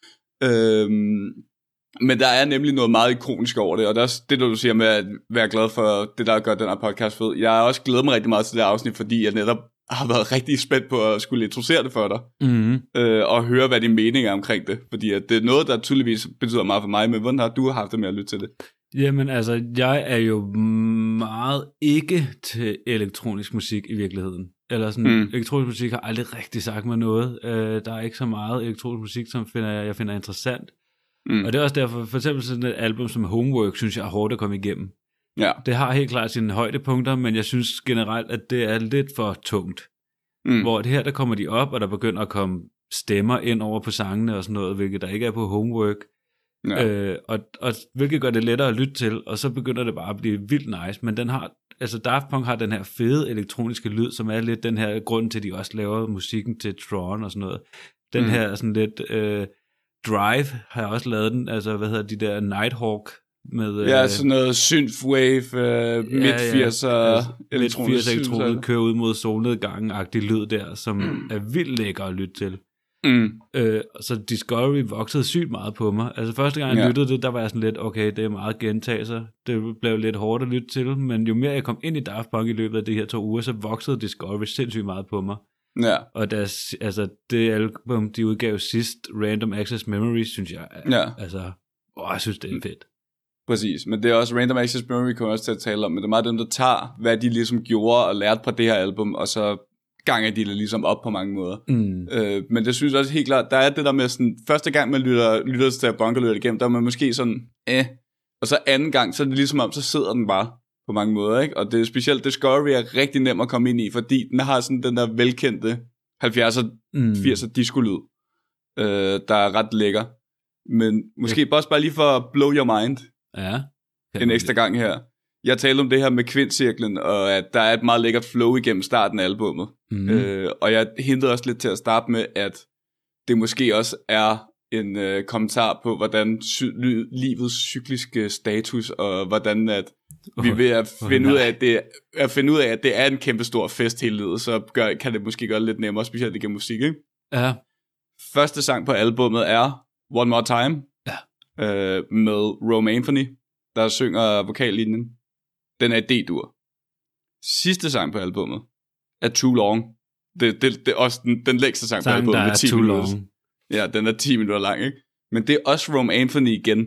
Men der er nemlig noget meget ikonisk over det, og det er også det, du siger med at være glad for det, der gør den her podcast fed. Jeg har også glædet mig rigtig meget til det afsnit, fordi jeg netop har været rigtig spændt på at skulle introducere det for dig, og høre, hvad din mening er omkring det. Fordi at det er noget, der tydeligvis betyder meget for mig, men hvordan har du haft det med at lytte til det? Jamen altså, jeg er jo meget ikke til elektronisk musik i virkeligheden. Eller sådan, elektronisk musik har aldrig rigtig sagt mig noget. Der er ikke så meget elektronisk musik, som jeg finder interessant. Og det er også derfor, for eksempel sådan et album som Homework, synes jeg er hårdt at komme igennem. Ja. Det har helt klart sine højdepunkter, men jeg synes generelt, at det er lidt for tungt. Hvor det her, der kommer de op, og der begynder at komme stemmer ind over på sangene og sådan noget, hvilket der ikke er på Homework. Ja. Og hvilket gør det lettere at lytte til, og så begynder det bare at blive vildt nice. Men den har, altså Daft Punk har den her fede elektroniske lyd, som er lidt den her grund til, at de også laver musikken til Tron og sådan noget. Den her sådan lidt... Drive har jeg også lavet den, altså hvad hedder de der Nighthawk med... sådan noget synthwave, midt-80'er elektronik kører ud mod solnedgangen-agtig lyd der, som er vildt lækker at lytte til. Så Discovery voksede sygt meget på mig. Altså første gang jeg lyttede det, der var jeg sådan lidt, okay, det er meget gentagelser. Det blev lidt hårdt at lytte til, men jo mere jeg kom ind i Daft Punk i løbet af de her 2 uger, så voksede Discovery sindssygt meget på mig. Ja. Og det album, de udgav sidst, Random Access Memories, synes jeg, jeg synes, det er fedt. Præcis, men det er også Random Access Memory, kommer også til at tale om, men det er meget dem, der tager, hvad de ligesom gjorde og lærte på det her album, og så ganger de det ligesom op på mange måder. Men det synes jeg også helt klart, der er det der med sådan, første gang man lytter til Daft Punk og lytter det igennem, der er man måske sådan, og så anden gang, så er det ligesom om, så sidder den bare på mange måder, ikke? Og det er specielt Discovery er rigtig nem at komme ind i, fordi den har sådan den der velkendte 70'er, 80'er disco-lyd, der er ret lækker. Men måske bare lige for at blow your mind en ekstra gang her. Jeg talte om det her med Kvindcirklen, og at der er et meget lækkert flow igennem starten af albummet. Og jeg hintede også lidt til at starte med, at det måske også er en kommentar på, hvordan livets cykliske status, og hvordan at vi er ved at finde ud af, at det er en kæmpe stor fest hele livet, så kan det måske gøre det lidt nemmere, specielt igennem musik, ikke? Ja. Første sang på albummet er One More Time, med Rome Anthony, der synger vokallinjen. Den er i D-dur. Sidste sang på albummet er Too Long. Det er også den længste sang på albumet med 10 minutter. Long. Ja, den er 10 minutter lang, ikke? Men det er også Rome Anthony igen.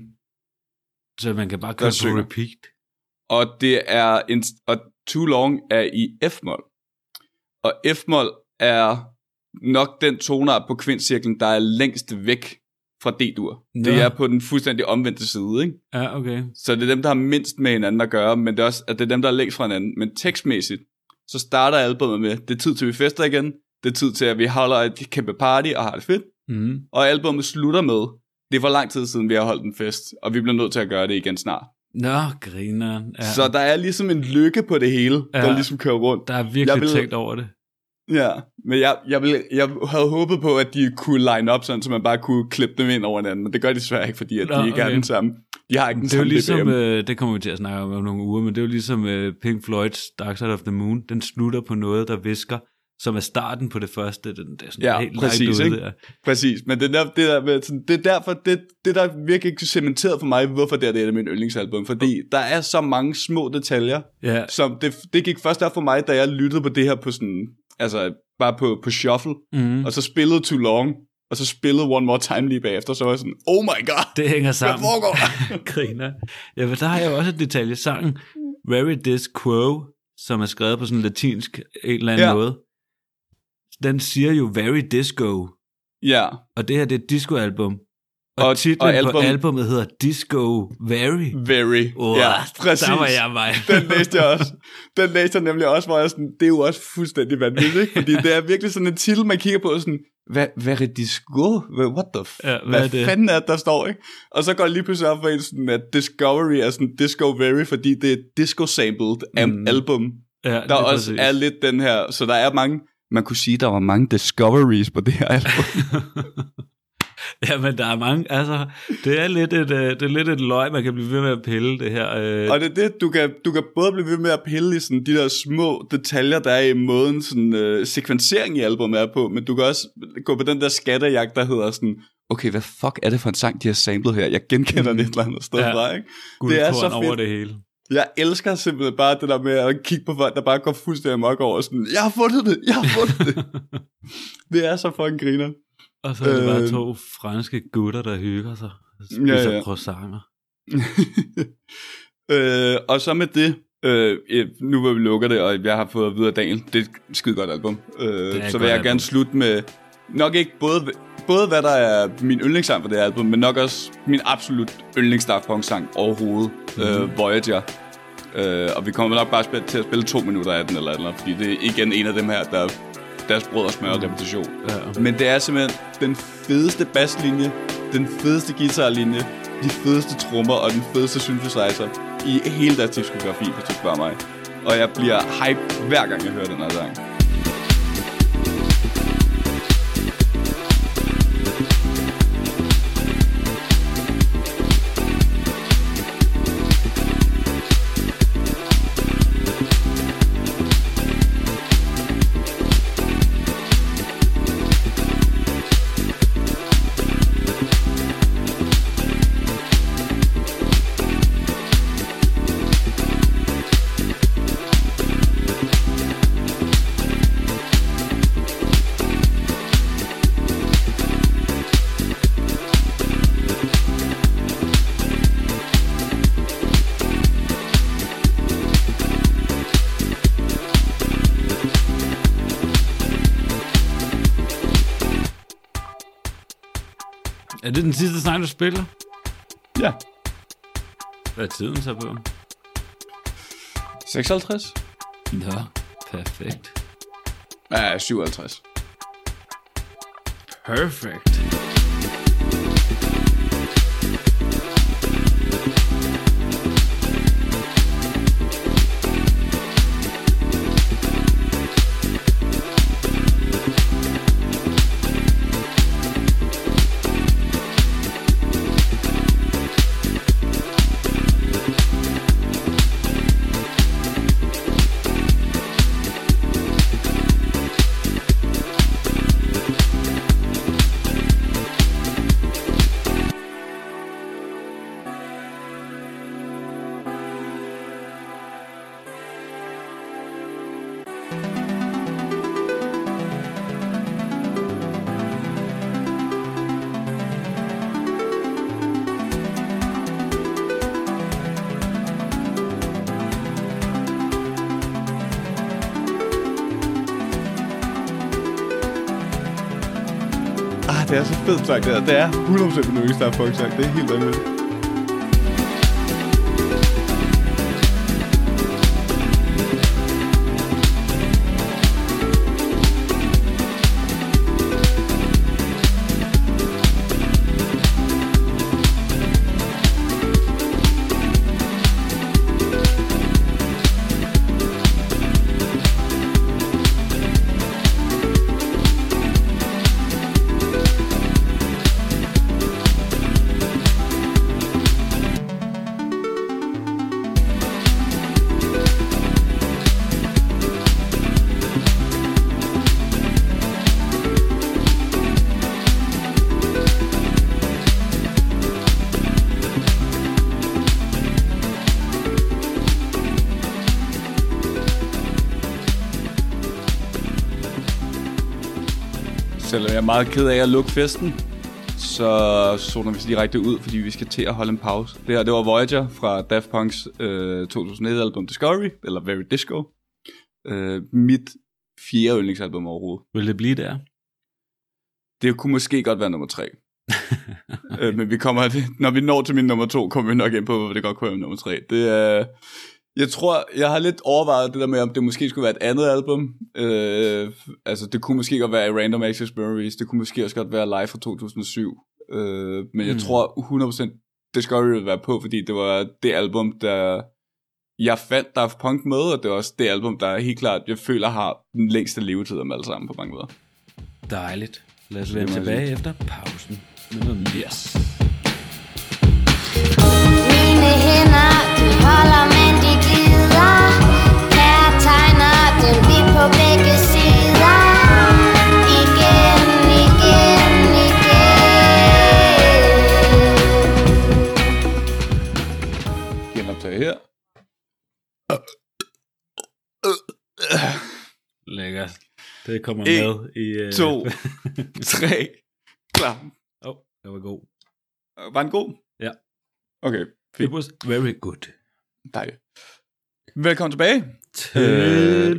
Så man kan bare køre på repeat. Og det er og Too Long er i F-mol. Og F-mol er nok den tonart på kvintcirklen, der er længst væk fra D-dur. Ja. Det er på den fuldstændig omvendte side, ikke? Ja, okay. Så det er dem, der har mindst med hinanden at gøre, men det er også, at det er dem, der er længst fra hinanden. Men tekstmæssigt, så starter albumet med, det er tid til, vi fester igen. Det er tid til, at vi holder et kæmpe party og har det fedt. Mm. Og albumet slutter med, det er for lang tid siden, vi har holdt en fest, og vi bliver nødt til at gøre det igen snart. Nå, griner. Ja. Så der er ligesom en lykke på det hele, der ligesom kører rundt. Der er virkelig tænkt over det. Ja, men jeg havde håbet på, at de kunne line up sådan, så man bare kunne klippe dem ind over hinanden, men det gør de desværre ikke, fordi at de ikke er den samme. De har ikke den samme ligesom, det kommer vi til at snakke om nogle uger, men det er jo ligesom Pink Floyd's Dark Side of the Moon. Den slutter på noget, der visker, som er starten på det første. Det er sådan helt præcis, ikke? Der. Præcis, men det er derfor, det der virkelig ikke cementeret for mig, hvorfor det er min yndlingsalbum, fordi der er så mange små detaljer, som det gik først der for mig, da jeg lyttede på det her på sådan, altså bare på shuffle, og så spillede Too Long, og så spillede One More Time lige bagefter, så var jeg sådan, oh my god, det hænger sammen. Hvad foregår? Griner. Ja, men der har jeg jo også et detalje. Sangen Very Dis Quo, som er skrevet på sådan latinsk en eller anden måde, den siger jo Very Disco. Ja. Og det her, det er et disco-album. Og titlen på albumet hedder Disco Very. Very. Ja, præcis. Der var jeg mig. Den læste jeg også. Den læste jeg nemlig også, hvor jeg sådan, det er jo også fuldstændig vanvittigt, ikke? Fordi det er virkelig sådan en titel, man kigger på, sådan, Very Disco? What the hvad fanden er det, der står, ikke? Og så går det lige pludselig op for en sådan, at Discovery er sådan Disco Very, fordi det er et disco-sampled album. Ja, der også er lidt den her, så der er mange, man kunne sige, der var mange discoveries på det her album. Ja, men der er mange, altså, det er lidt et løg, man kan blive ved med at pille det her. Og det er det, du kan både blive ved med at pille i sådan de der små detaljer, der er i måden sådan sekvensering i albumet er på, men du kan også gå på den der skattejagt, der hedder sådan, okay, hvad fuck er det for en sang, de har samlet her? Jeg genkender det et eller andet sted fra, ikke? Det er så fedt. Over det hele. Jeg elsker simpelthen bare det der med at kigge på folk, der bare går fuldstændig amok over sådan, jeg har fundet det. Det er så fucking griner. Og så er det bare 2 franske gutter, der hygger sig og spiser croissanter. Og så med det, nu hvor vi lukker det, og jeg har fået at vide af Daniel, det er et skide godt album. Så vil jeg gerne slutte med, nok ikke både hvad der er min yndlingssang for det album, men nok også min absolut yndlingsdaft punk-sang overhovedet, Voyager. Og vi kommer nok bare til at spille 2 minutter af den, eller fordi det er igen en af dem her, der deres brød og smør og repetition. Ja. Men det er simpelthen den fedeste basslinje, den fedeste guitarlinje, de fedeste trommer og den fedeste synthesizer i hele deres diskografi, hvis du spørger mig. Og jeg bliver hype hver gang jeg hører den her sang. Er det den sidste sang, du spiller? Ja. Hvad er tiden så på? 56. Nå, perfekt. Ja, 57. Perfekt. Det er så fedt sagt, det er 100% min yndlings Daft Punk sang. Det er helt vanvittigt. Selvom jeg er meget ked af at lukke festen, så zoner vi direkte ud, fordi vi skal til at holde en pause. Det her, det var Voyager fra Daft Punk's 2001-album Discovery, eller Very Disco. Mit 4. yndlingsalbum overhovedet. Vil det blive der? Det kunne måske godt være nummer 3. Men vi kommer når vi når til min nummer 2, kommer vi nok ind på, hvor det godt kunne være nummer 3. Det er... Jeg tror, jeg har lidt overvejet det der med, om det måske skulle være et andet album. Altså, det kunne måske godt være i Random Access Memories. Det kunne måske også godt være Live fra 2007. Men jeg tror 100% Discovery vil være på, fordi det var det album, der jeg fandt Daft Punk med, og det er også det album, der helt klart, jeg føler, har den længste levetid af dem alle sammen på mange måder. Dejligt. Lad os vende tilbage efter pausen. Yes. Mine hænder, de holder, men de glider. Her tegner den vi på begge sider. Igen, igen, igen. Genoptag her. Lækkert. Det kommer med i... 2, 3, klar. Det var god. Var den god? Ja. Okay, fint. It was very good. Dejligt. Velkommen tilbage til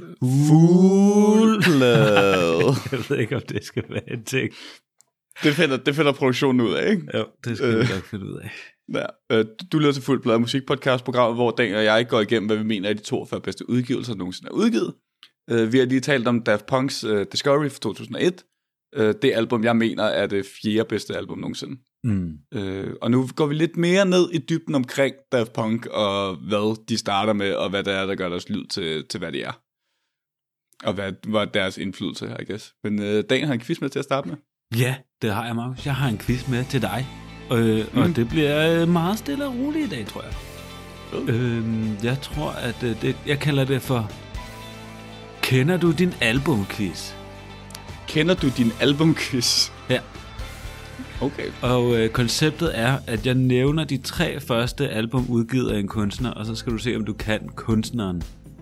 Fuldblad. Jeg ved ikke, om det skal være en ting. Det finder produktionen ud af, ikke? Jo, det skal vi nok finde ud af. Ja. Du lytter til Fuldblad, musikpodcast-programmet, hvor Dan og jeg går igennem, hvad vi mener er de 42 bedste udgivelser, der nogensinde er udgivet. Vi har lige talt om Daft Punk's Discovery fra 2001. Det album, jeg mener, er det 4. bedste album nogensinde. Og nu går vi lidt mere ned i dybden omkring Daft Punk, og hvad de starter med, og hvad det er, der gør deres lyd til hvad det er. Og hvad deres indflydelse er, I guess. Men Dan har en quiz med til at starte med. Ja, det har jeg, Markus. Jeg har en quiz med til dig. Og det bliver meget stille og roligt i dag, tror jeg. Jeg tror, at jeg kalder det for... Kender du din albumquiz? Kender du din albumquiz? Ja. Okay. Og konceptet er, at jeg nævner de 3 første album udgivet af en kunstner, og så skal du se, om du kan kunstneren.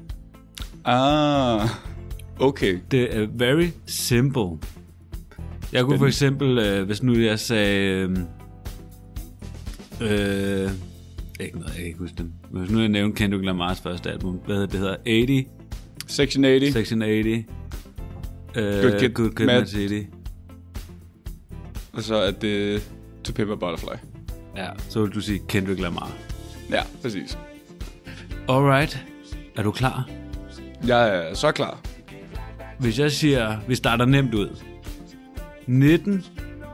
Okay. Det er very simple. Jeg kunne for eksempel, hvis nu jeg sagde... ikke noget, jeg kan ikke huske dem. Hvis nu jeg nævnte Kendrick Lamars første album, hvad hedder det? Hedder 80? Section 80. Section 80. Good Kid, Mad City. Og så er det To Pimp a Butterfly. Ja, så vil du sige Kendrick Lamar. Ja, præcis. Alright. Er du klar? Jeg er så klar. Hvis jeg siger, vi starter nemt ud. 19,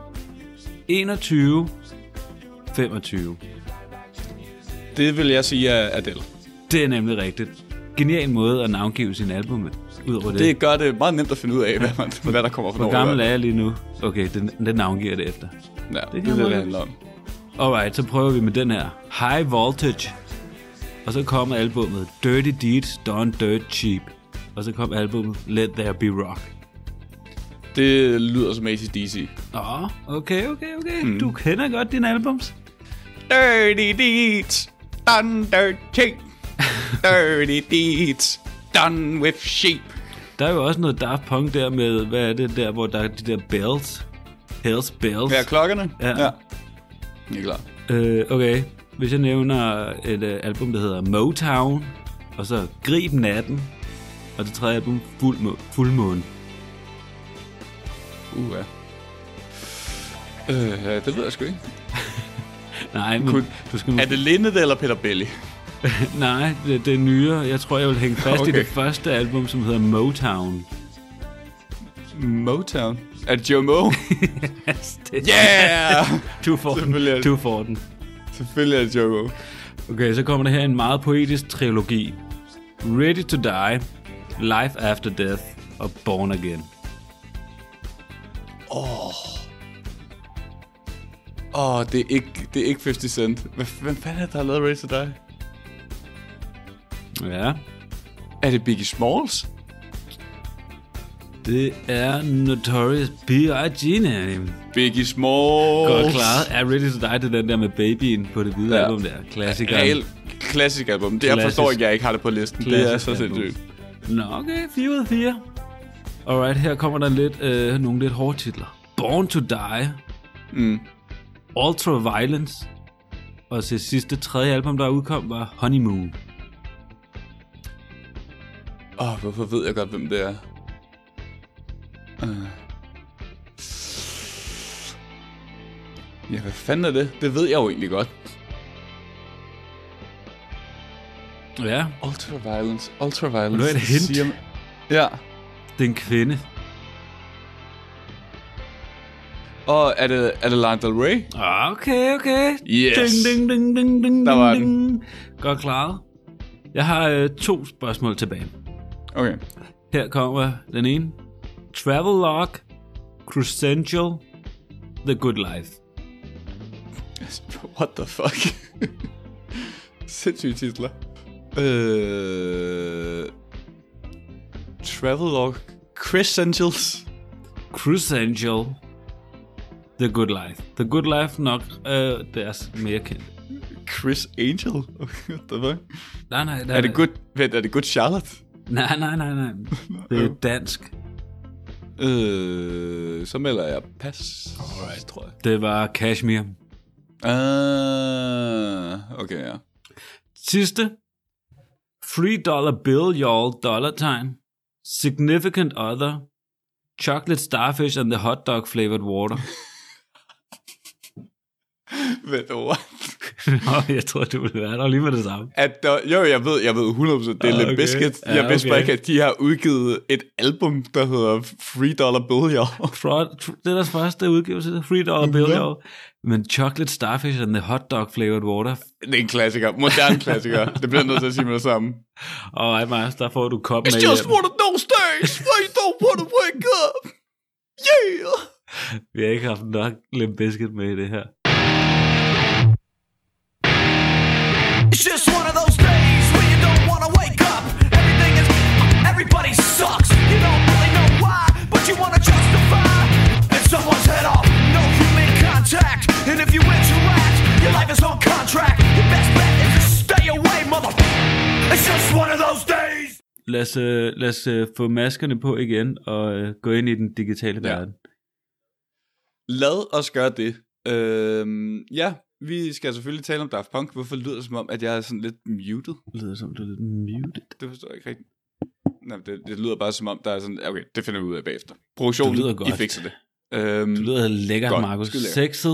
21, 25. Det vil jeg sige er Adele. Det er nemlig rigtigt. Genial måde at navngive sin album ud over det. Det gør det meget nemt at finde ud af, hvad der kommer fra. Hvor gammel er jeg lige nu? Okay, den navngiver det efter. Ja, det er det handler om. Alright, så prøver vi med den her. High Voltage. Og så kommer albumet Dirty Deeds Done Dirt Cheap. Og så kom albumet Let There Be Rock. Det lyder som AC/DC. Okay. Du kender godt dine albums. Dirty Deeds Done Dirt Cheap. Dirty Deeds Done with Sheep. Der er jo også noget Daft Punk der med, hvad er det der, hvor der er de der bells? Hells Bells. Ja, klokkerne. Ja. Det er klart. Okay, hvis jeg nævner et album, der hedder Motown, og så Grib Natten, og det 3. album, Fuldmåne. Ja. Det ved jeg sgu ikke. Nej, men du skal Er det Lindet eller Peter Belli? Nej, det er nyere. Jeg tror, jeg vil hænge fast i det første album, som hedder Motown. Motown? Er det Joe Moe? Yeah! Du får den. Selvfølgelig er det Joe Moe. Okay, så kommer der her en meget poetisk trilogi. Ready to Die, Life After Death og Born Again. Det er ikke 50 Cent. Hvem fanden er der har lavet Ready to Die? Ja. Er det Biggie Smalls? Det er Notorious B.I.G. Biggie Smalls. Godt klaret. Er Ready to Die, det den der med babyen på det hvide album der. Klassikeren. Klassik album. Det jeg forstår ikke, jeg ikke har det på listen. Det er så sindssygt. Nå, okay. 4 ud af 4. Alright, her kommer der nogle lidt hårde titler. Born to Die. Ultra Violence. Og til sidste tredje album, der udkom, var Honeymoon. Hvorfor ved jeg godt, hvem det er? Ja, hvad fanden er det? Det ved jeg jo egentlig godt. Ja. Ultra Violence. Nu er det hint. Ja. Det er en kvinde. Og er det Lana Del Rey? Okay. Yes. Ding. Der var den. Godt klaret. Jeg har 2 spørgsmål tilbage. Okay. Her kommer den ene. Travelog, Crucial, The Good Life. What the fuck? Sindssyge titler. Travelog, Crucial, The Good Life. The Good Life nok deres mere kendt. Chris Angel? What the fuck? Nej. Er det Good Charlotte? Nej. Det er dansk. Så melder jeg pas. Alright, tror jeg. Det var Kashmir. Okay, ja. Sidste. $3 bill, y'all, $. Significant Other. Chocolate Starfish and the Hot Dog Flavored Water. Ved du what? Jeg tror, du ville være der lige med det samme. Jeg ved 100%, det er Limp Bizkit. Jeg vidste bare ikke, at de har udgivet et album, der hedder $3 bill, y'all. Det er deres første udgivelse, $3 bill, y'all. Men Chocolate Starfish and the Hot Dog Flavored Water. Det er en klassiker, moderne klassiker. Det bliver nødt til at sige med det samme. Alright, Mads, der får du kop med hjem. It's just one of those days where you don't want to wake up. Yeah! Vi har ikke haft nok Limp Bizkit med i det her. It's just one of those days where you don't want to wake up. Everybody sucks. You don't really know why, but you want to justify. And someone's head off, no human contact. And if you interact, your life is on contract. Your best bet is to stay away, mother. It's just one of those days. Lad os få maskerne på igen og gå ind i den digitale verden. Lad os gøre det. Ja. Vi skal selvfølgelig tale om Daft Punk. Hvorfor lyder det som om, at jeg er sådan lidt muted? Det lyder som om, du er lidt muted. Det forstår jeg ikke rigtigt. Nej, det lyder bare som om, der er sådan... Okay, det finder vi ud af bagefter. Produktionen, lyder godt. I fikser det. Du lyder lækkert, Markus. Sexet.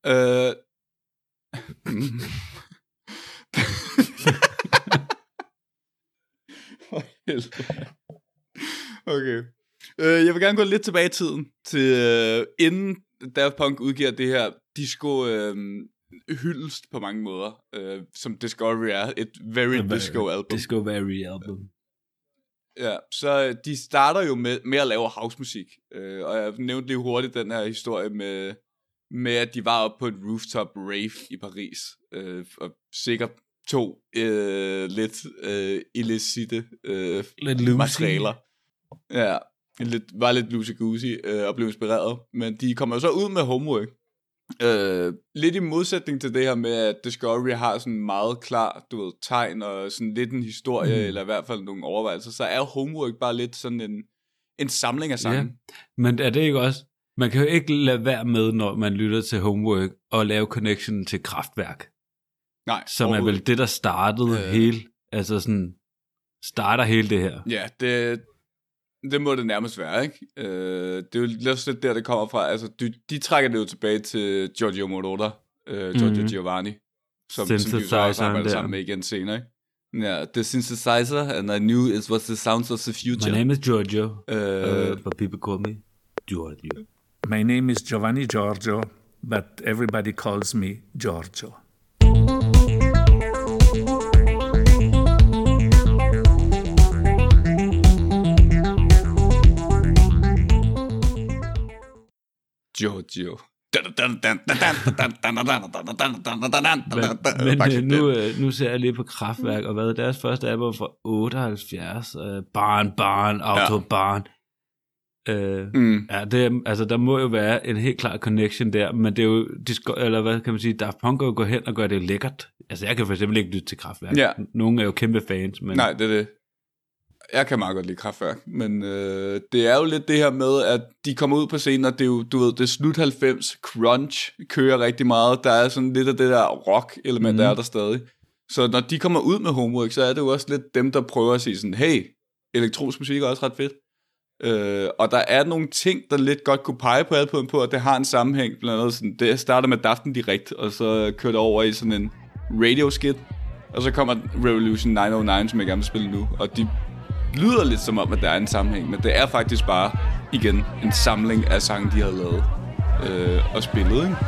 Okay. Jeg vil gerne gå lidt tilbage i tiden. Til inden Daft Punk udgiver det her disco hyldest på mange måder, som Discovery er, et very disco album. Discovery album. Ja, så de starter jo med at lave housemusik, og jeg nævnte lige hurtigt den her historie med at de var oppe på et rooftop rave i Paris, og sikkert tog lidt illicite materialer. Ja, var lidt loosey-goosey og blev inspireret, men de kommer jo så ud med Homework. Lidt i modsætning til det her med, at Discovery har sådan meget klar, tegn og sådan lidt en historie, eller i hvert fald nogle overvejelser, så er Homework bare lidt sådan en samling af sange. Ja. Men er det ikke også, man kan jo ikke lade være med, når man lytter til Homework, og lave connection til Kraftwerk. Nej. Som er vel det, der startede starter hele det her. Ja, Det må det nærmest være, ikke? Det er jo lidt der, det kommer fra. Altså, de trækker det jo tilbage til Giorgio Moroder, Giorgio Giovanni, som vi så også arbejder sammen med igen senere, ikke? Yeah, the synthesizer, and I knew it was the sounds of the future. My name is Giorgio, but people call me Giorgio. My name is Giovanni Giorgio, but everybody calls me Giorgio. Giorgio. Men nu ser jeg lige på Kraftwerk, og hvad deres første album fra 78, Barn, Autobahn. Ja, det, altså, der må jo være en helt klar connection der, men det er jo, eller hvad kan man sige, Daft Punk jo går hen og gør det lækkert. Altså, jeg kan for eksempel ikke lytte til Kraftwerk. Ja. Nogle er jo kæmpe fans, men... Nej, det er det. Jeg kan meget godt lide Kraftwerk, men det er jo lidt det her med, at de kommer ud på scenen, og det er jo, du ved, det er slut 90, crunch kører rigtig meget, der er sådan lidt af det der rock-element, der er der stadig. Så når de kommer ud med Homework, så er det jo også lidt dem, der prøver at sige sådan, hey, elektronisk musik er også ret fedt. Og der er nogle ting, der lidt godt kunne pege på albumet på, at det har en sammenhæng, blandt andet sådan, det starter med Daften Direkt, og så kører det over i sådan en radio-skit, og så kommer Revolution 909, som jeg gerne vil spille nu, og de lyder lidt som om, at der er en sammenhæng, men det er faktisk bare, igen, en samling af sange, de har lavet og spillet, ikke?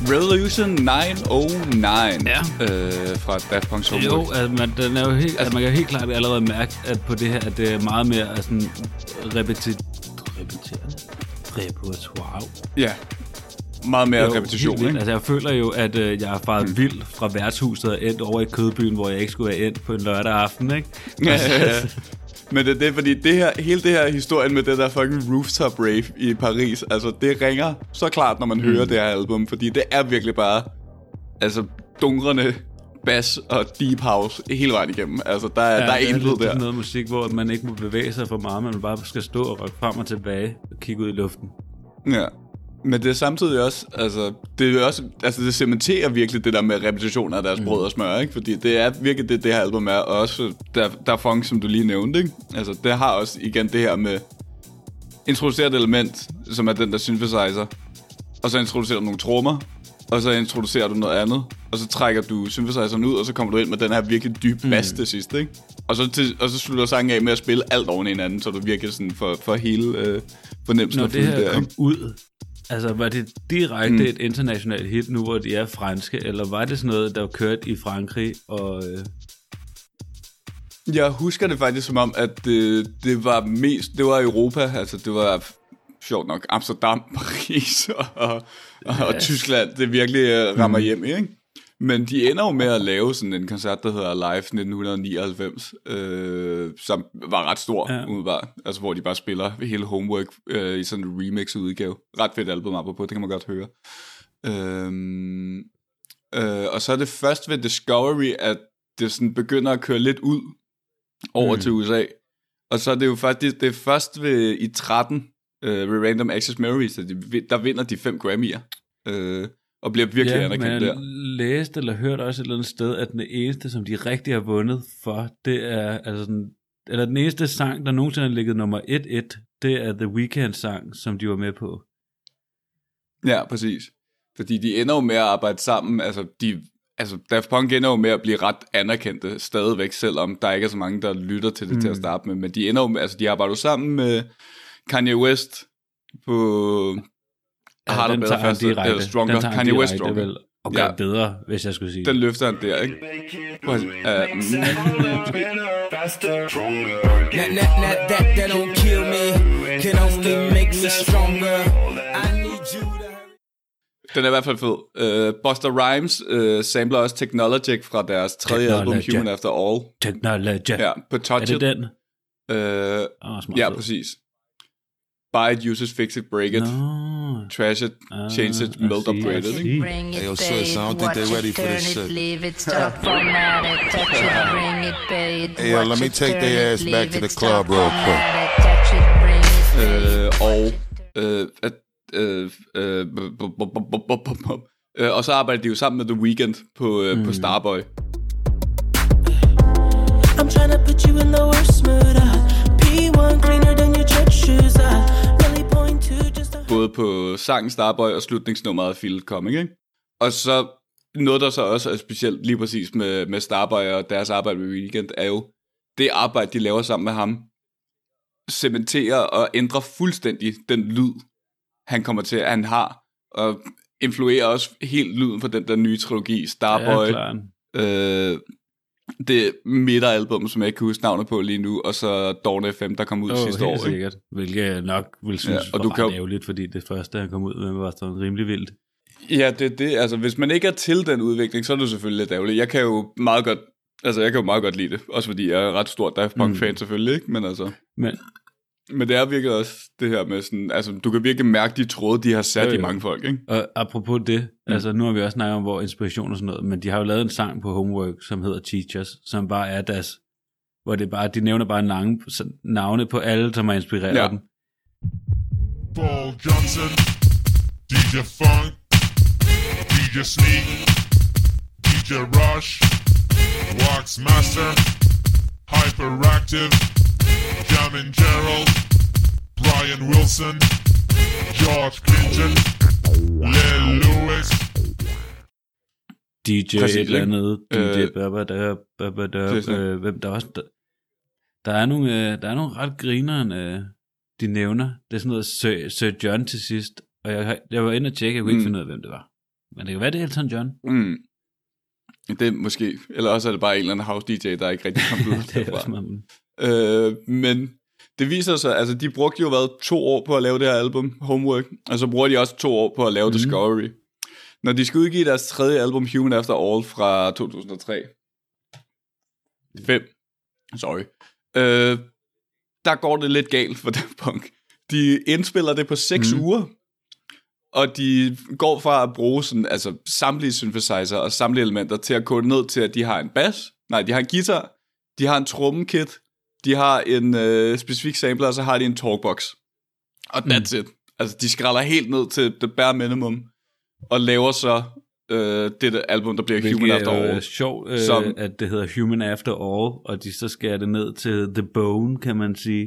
Revolution 909 ja. Fra Daft Punk's Homework. Jo, altså, den er jo helt, altså, man kan jo helt klart allerede mærke, at på det her, at det er meget mere sådan repeterende repertoire. Ja, meget mere repetition, ikke? Altså, jeg føler jo, at jeg har faret vildt fra værtshuset og endt over i Kødbyen, hvor jeg ikke skulle have endt på en lørdag aften, ikke? Ja. Men det er fordi hele det her historien med det der fucking rooftop rave i Paris, altså det ringer så klart, når man hører det her album, fordi det er virkelig bare, altså dungrende bass og deep house hele vejen igennem. Altså der er intet der. Det er noget musik, hvor man ikke må bevæge sig for meget, man bare skal stå og rykke frem og tilbage og kigge ud i luften. Ja. Men det er samtidig også, det cementerer virkelig det der med repetitioner af deres brød og smør, ikke? Fordi det er virkelig det her album er, og også der funk, som du lige nævnte, ikke? Altså, det har også igen det her med introduceret element, som er den der synthesizer, og så introducerer du nogle trommer, og så introducerer du noget andet, og så trækker du synthesizeren ud, og så kommer du ind med den her virkelig dybe bass til sidst, ikke? Og så slutter sangen af med at spille alt oven i hinanden, så du virkelig sådan for hele fornemmelsen. Når det her kom ud, altså, var det direkte et internationalt hit nu, hvor de er franske, eller var det sådan noget, der var kørt i Frankrig? Og Jeg husker det faktisk som om, at det var Europa, altså det var sjovt nok Amsterdam, Paris og Tyskland, det virkelig rammer hjem, ikke? Men de ender jo med at lave sådan en koncert, der hedder Live 1999, som var ret stor, umiddelbart. Altså, hvor de bare spiller hele Homework i sådan en remix-udgave. Ret fedt album apropos, det kan man godt høre. Og så er det først ved Discovery, at det sådan begynder at køre lidt ud over til USA. Og så er det jo faktisk, det er først i 13 ved Random Access Memories, der vinder de 5 Grammy'er. Og bliver virkelig anerkendt der. Jeg læste eller hørte også et eller andet sted, at den eneste, som de rigtig har vundet for, det er, altså sådan, eller den eneste sang, der nogensinde har ligget nummer 1-1, det er The Weeknd sang, som de var med på. Ja, præcis. Fordi de ender jo med at arbejde sammen, altså Daft Punk ender jo med at blive ret anerkendte stadigvæk, selvom der ikke er så mange, der lytter til det til at starte med, men de ender jo, altså de arbejder jo sammen med Kanye West på Harder, Better, Faster, eller Stronger. Kanye West Stronger. Og gør bedre, hvis jeg skulle sige. Den løfter han der, ikke? That don't kill me, can only make me stronger. I need you to... Den er i hvert fald fed. Busta Rhymes sampler også Technologic fra deres tredje album, Human After All. Technology. Ja, på Touch It. Er det den? Ja, præcis. Buy it, use it, fix it, break it, trash it, change it, melt, upgrade it. Hey, yo, sis, I don't think they're ready for this shit. Hey, yo, let me take their ass back to the club real quick. Og så arbejder de jo sammen med The Weeknd på Starboy. I'm trying to put you in the worst mood. P1 cleaner than your church shoes. Really point to just både på sangen Starboy og slutningsnummeret Feel It Coming, ikke? Og så noget, der så også er specielt lige præcis med Starboy og deres arbejde med Weeknd, er jo det arbejde, de laver sammen med ham, cementerer og ændrer fuldstændig den lyd, han kommer til, at han har, og influerer også helt lyden for den der nye trilogi, Starboy, det midteralbum, som jeg ikke kan huske navnet på lige nu, og så Dawn FM, der kom ud sidste år. Helt sikkert, hvilket jeg nok vil synes var ret ærgerligt, fordi det første, han kom ud med, var sådan rimelig vildt. Ja, det altså, hvis man ikke er til den udvikling, så er det selvfølgelig lidt ærgerligt. Jeg kan jo meget godt lide det, også fordi jeg er ret stor Daft Punk-fan selvfølgelig, ikke? Men det er virkelig også det her med sådan, altså du kan virkelig mærke de tråde, de har sat i mange folk, ikke? Og apropos det, altså nu har vi også snakket om, hvor inspiration og sådan noget, men de har jo lavet en sang på Homework, som hedder Teachers, som bare er deres, hvor det bare, de nævner bare navne på alle, som har inspireret dem. Paul Johnson, DJ Funk, DJ Sneak, DJ Rush, Wax Master, Hyperactive, Jamin Gerald, Brian Wilson, George Clinton, Lil Lewis, DJ et eller andet, DJ hvem der også, der er nogle ret grineren, de nævner. Det er sådan noget Sir John til sidst, og jeg var inde og tjekke, jeg kunne ikke finde ud af, hvem det var. Men det kan være, det er Elton John. Det er måske, eller også er det bare en eller anden house DJ, der ikke rigtig kom ud derfra. Men det viser sig, altså de brugte jo 2 år på at lave det her album, Homework, og så bruger de også 2 år på at lave Discovery. Når de skal udgive deres 3. album, Human After All, fra 2003. 5. Sorry. Der går det lidt galt for Daft Punk. De indspiller det på 6 uger, og de går fra at bruge sådan, altså samtlige synthesizer og samtlige elementer til at gå ned til, at de har en bass, de har en guitar, de har en trommekit, de har en specifik sampler, og så har de en talkbox. Og that's it. Altså, de skræller helt ned til det bare minimum, og laver så det album, der bliver Human After All. Det er sjovt, at det hedder Human After All, og de så skærer det ned til The Bone, kan man sige.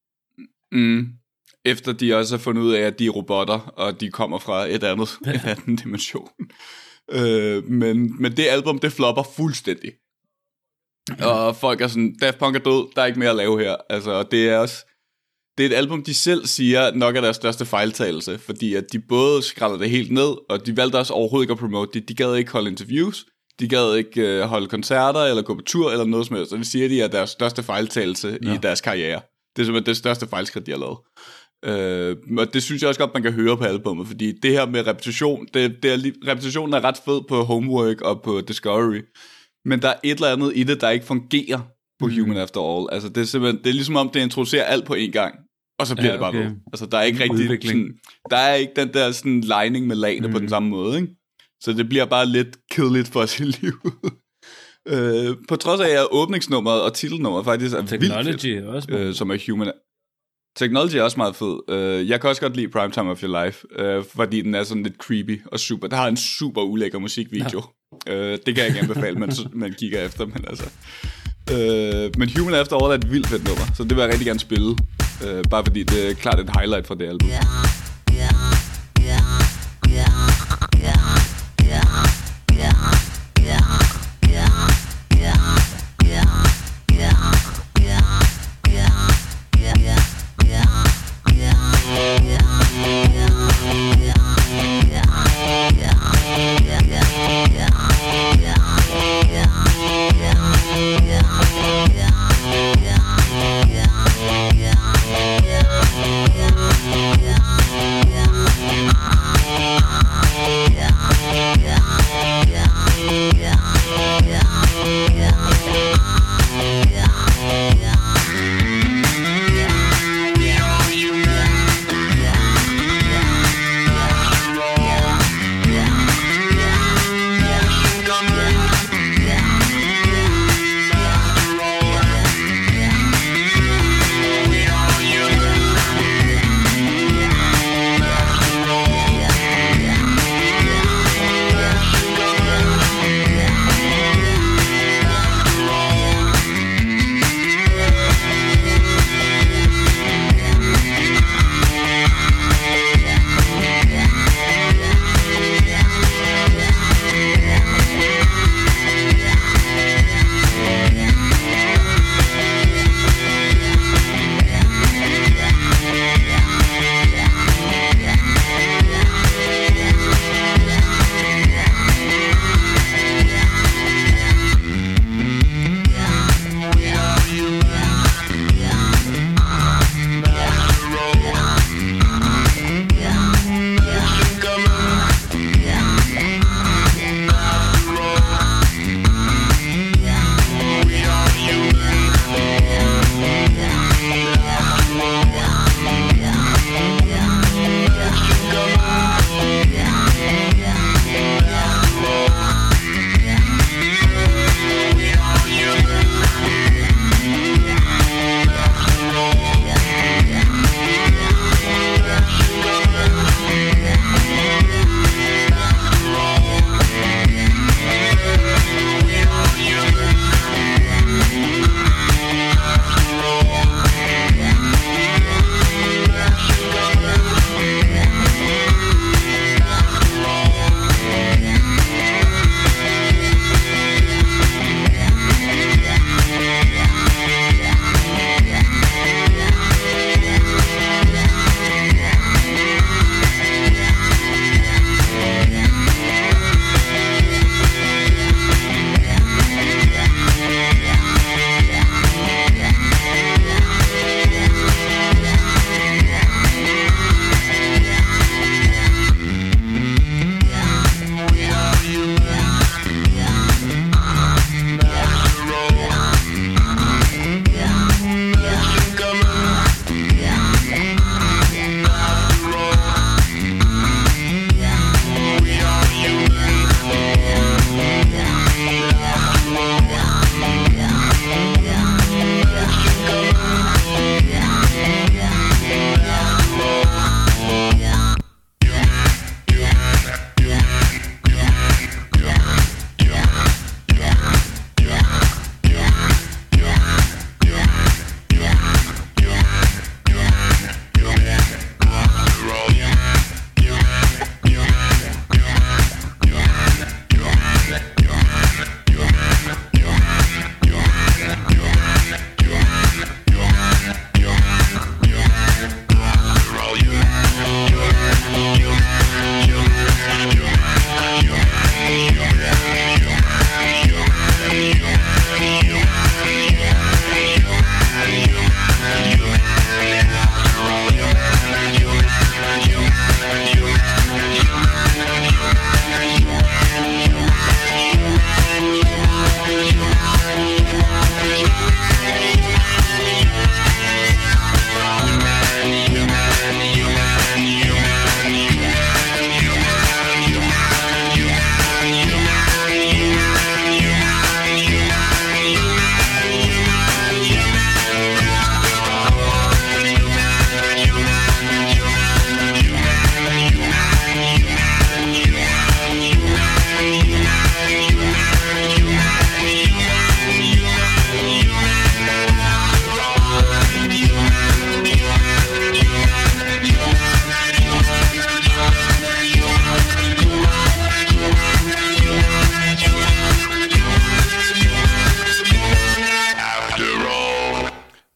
Efter de også har fundet ud af, at de er robotter, og de kommer fra en anden dimension. Men det album, det flopper fuldstændig. Og folk er sådan, Daft Punk er død, der er ikke mere at lave her. Altså, det er et album, de selv siger nok er deres største fejltagelse, fordi at de både skræller det helt ned, og de valgte også overhovedet ikke at promote det. De gad ikke holde interviews, de gad ikke holde koncerter, eller gå på tur, eller noget som helst. Og det siger de er deres største fejltagelse i deres karriere. Det er simpelthen det største fejlskridt, de har lavet. Og det synes jeg også godt, man kan høre på albumet, fordi det her med repetition, repetitionen er ret fed på Homework og på Discovery, men der er et eller andet i det, der ikke fungerer på Human After All. Altså det er simpelthen, det er ligesom om det introducerer alt på en gang, og så bliver det bare ved. Altså der er ikke rigtig sådan, der er ikke den der sådan lining med lagene på den samme måde, ikke? Så det bliver bare lidt kedeligt for sit liv. På trods af at åbningsnummeret og titelnummeret faktisk er vildt fedt, også som er Human. Technology er også meget fed. Jeg kan også godt lide Primetime of Your Life, fordi den er sådan lidt creepy og super. Der har en super ulækker musikvideo. Det kan jeg ikke anbefale, man kigger efter, men altså. Men Human After All er et vildt fedt nummer, så det vil jeg rigtig gerne spille. Bare fordi det er klart et highlight fra det album.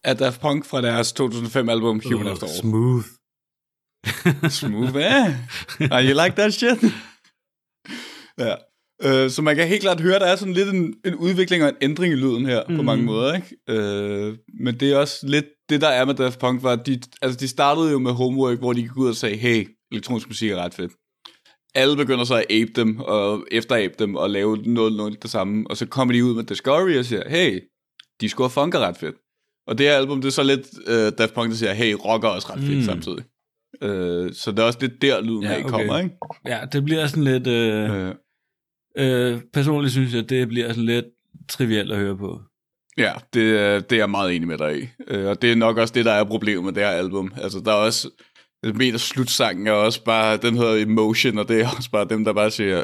af Daft Punk fra deres 2005-album Human After All. Smooth. Smooth, eh? You like that shit? Ja. Så man kan helt klart høre, at der er sådan lidt en udvikling og en ændring i lyden her, på mange måder, ikke? Men det er også lidt, det der er med Daft Punk, var, at de startede jo med Homework, hvor de gik ud og sagde, hey, elektronisk musik er ret fedt. Alle begynder så at ape dem, og efterape dem, og lave noget det samme, og så kommer de ud med Discovery og siger, hey, de skulle have funker ret fedt. Og det her album, det er så lidt Daft Punk, der siger, hey, rocker er også ret fedt samtidig. Så det er også lidt der, lyden af kommer, ikke? Ja, det bliver sådan lidt... personligt synes jeg, det bliver sådan lidt trivielt at høre på. Ja, det er jeg meget enig med dig i. Og det er nok også det, der er problemet med det her album. Altså, der er også... Meter slutsangen er også bare... Den hedder Emotion, og det er også bare dem, der bare siger...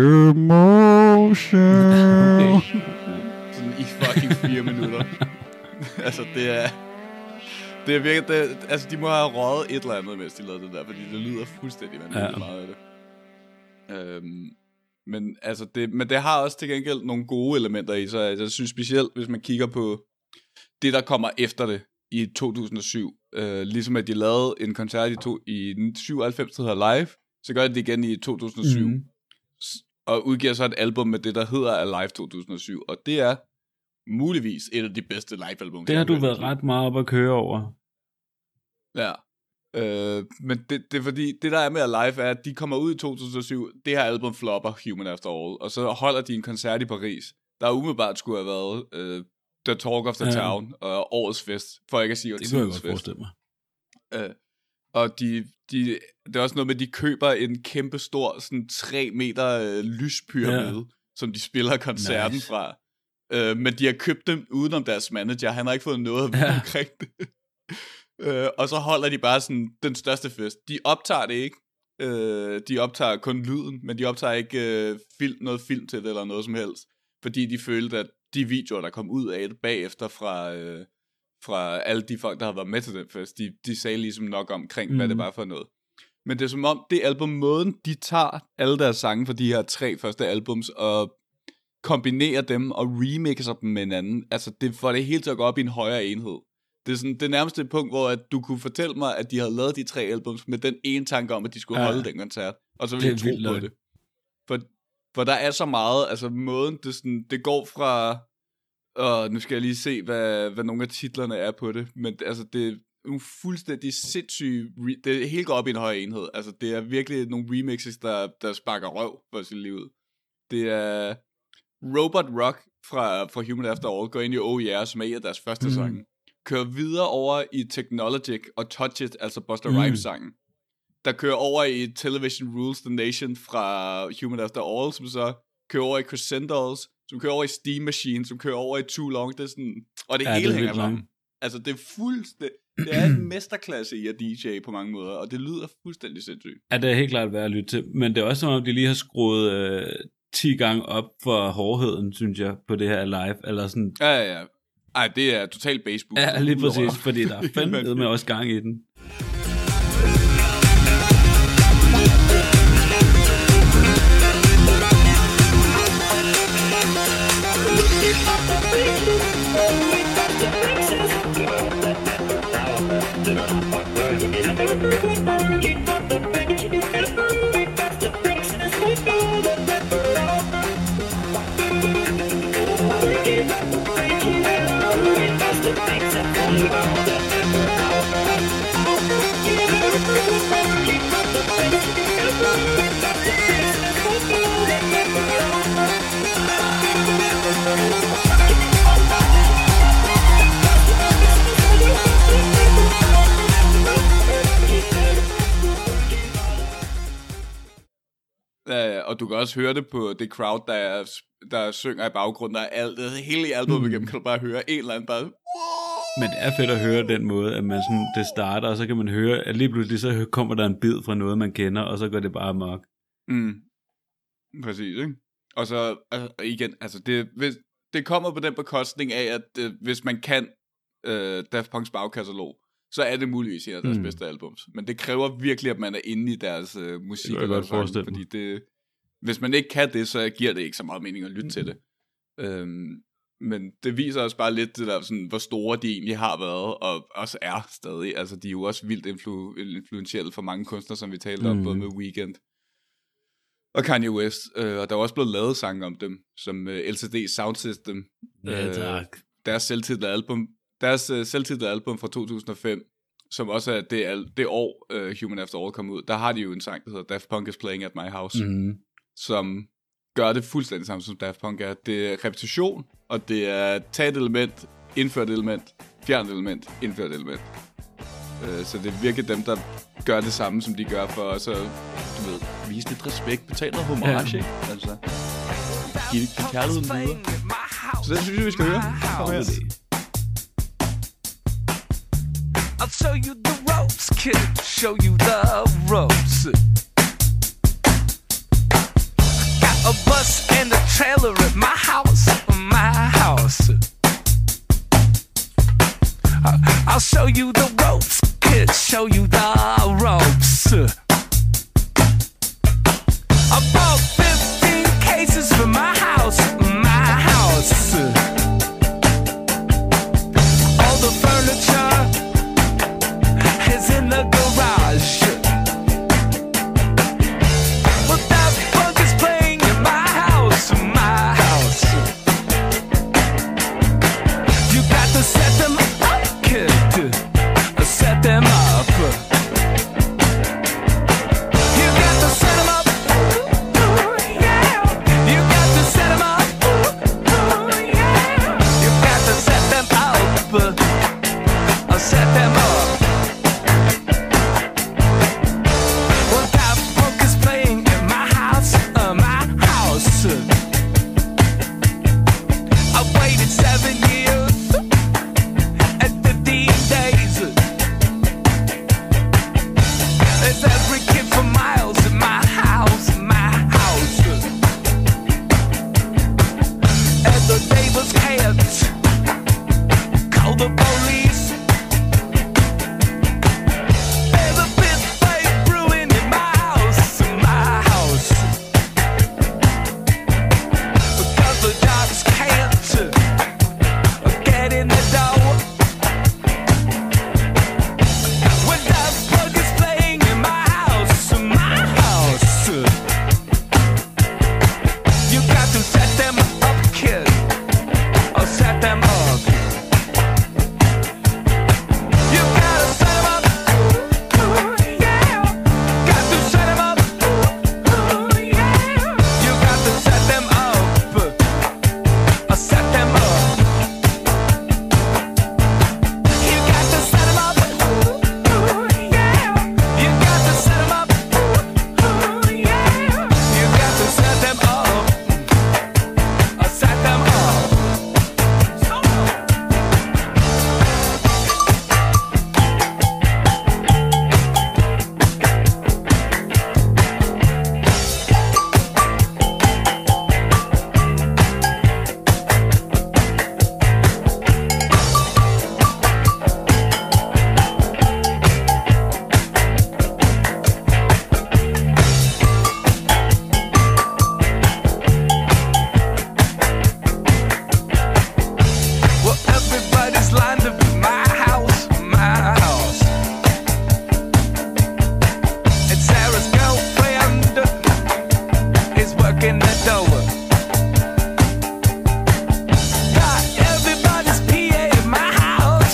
Emotion. Sådan i fucking 4 minutter. Altså, det er virkelig... altså, de må have røget et eller andet, mens de lavede det der, fordi det lyder fuldstændig vanvittigt meget af det. Men altså men det har også til gengæld nogle gode elementer i sig. Jeg synes specielt, hvis man kigger på det, der kommer efter det i 2007. Ligesom at de lavede en koncert i 97, der hedder Live, så gør de det igen i 2007. Og udgiver så et album med det, der hedder Alive 2007. Og det er muligvis et af de bedste live-album. Det har du været ret meget op at køre over. Ja. Men det er fordi, det der er med Alive er, at de kommer ud i 2007, det her album flopper, Human After All, og så holder de en koncert i Paris, der umiddelbart skulle have været The Talk of the Town, og årets fest, for ikke at sige det kunne jeg godt forestille mig. Og det er også noget med, at de køber en kæmpe stor, sådan 3 meter lyspyramide, som de spiller koncerten fra. Men de har købt dem udenom deres manager, han har ikke fået noget at vide omkring det. Og så holder de bare sådan den største fest. De optager det ikke. De optager kun lyden, men de optager ikke noget film til det eller noget som helst. Fordi de følte, at de videoer, der kom ud af det bagefter fra alle de folk, der havde været med til den fest, de sagde ligesom nok omkring, hvad det var for noget. Men det er som om, det album, måden de tager alle deres sange fra de her 3 første albums, og kombinerer dem og remixer dem med hinanden. Altså, det får det hele til at gå op i en højere enhed. Det er sådan det nærmeste punkt, hvor at du kunne fortælle mig, at de havde lavet de 3 albums med den ene tanke om, at de skulle holde den koncert. Og så ville jeg tro på det. For der er så meget, altså måden, det går fra... Og nu skal jeg lige se, hvad nogle af titlerne er på det. Men altså, det er nogle fuldstændig sindssyge... Det hele går op i en højere enhed. Altså, det er virkelig nogle remixes, der sparker røv for sit liv ud. Det er... Robot Rock fra Human After All går ind i Oh Yeah, som er en af deres første sange. Kører videre over i Technologic og Touch It, altså Busta Rhymes-sangen. Der kører over i Television Rules the Nation fra Human After All, som så kører over i Crescendos, som kører over i Steam Machine, som kører over i Too Long. Det er sådan, og det hele hænger sammen. Altså, det er det er en mesterklasse i at DJ på mange måder, og det lyder fuldstændig sindssygt. Ja, det er helt klart værd at lytte til, men det er også som om, de lige har skruet 10 gange op for hårdheden, synes jeg, på det her live, eller sådan. Ja. Ej, det er totalt baseball. Ja, lige præcis, fordi der er fandme med også gang i den. Og du kan også høre det på det crowd, der synger i baggrunden, og alt det hele albumet igennem, kan du bare høre en eller anden bare... Men det er fedt at høre den måde, at man sådan, det starter, og så kan man høre, at lige pludselig så kommer der en bid fra noget, man kender, og så går det bare amok. Præcis, ikke? Og så igen, altså det kommer på den bekostning af, at hvis man kan Daft Punks bagkatalog, så er det muligvis en af deres bedste albums. Men det kræver virkelig, at man er inde i deres musik. Det eller sådan, fordi hvis man ikke kan det, så giver det ikke så meget mening at lytte til det. Men det viser også bare lidt det der, sådan, hvor store de egentlig har været, og også er stadig. Altså, de er jo også vildt influentielle for mange kunstnere, som vi talte om, både med Weeknd og Kanye West. Og der er også blevet lavet sange om dem, som LCD Soundsystem. Ja, tak. Deres selvtitlede album fra 2005, som også er det år, Human After All kom ud. Der har de jo en sang, der hedder Daft Punk is Playing at My House, som gør det fuldstændig samme som Daft Punk er. Det er repetition, og det er tage et element, indføre et element, fjerne et element, indføre et element. Så det er virkelig dem, der gør det samme, som de gør for os at, du ved, vise lidt respekt, betale noget homage, ikke? Altså, give kærligheden videre. Så det synes jeg, vi skal høre. Kom her. I'll show you the ropes, kid. Show you the ropes. Got a bus and a trailer at my house, I'll show you the ropes, kid. Show you the ropes. I bought 15 cases for my house, All the furniture is in the garage. But that funk is playing in my house, You got to set them up, kid. Set them up. You got to set them up. Yeah. You got to set them up. Yeah. You got to set them up. Set them up. Well, that funk is playing in my house, I waited 7 years and 15 days. There's every kid for miles in my house, And the neighbors can't call the police. There's a big fight brewing in my house, Because the dogs can't get in the door. When that bug is playing in my house, You got to set them up, kid. Or set them up. You gotta set them up. Yeah. Got to set them up. Yeah. You got to set them up. Or set them up. You got to set them up. Yeah. You got to set them up. Yeah. You got to set them up. Or set them up. Well, everybody's lined up in my house, And Sarah's girlfriend is working the door. Got everybody's PA in my house,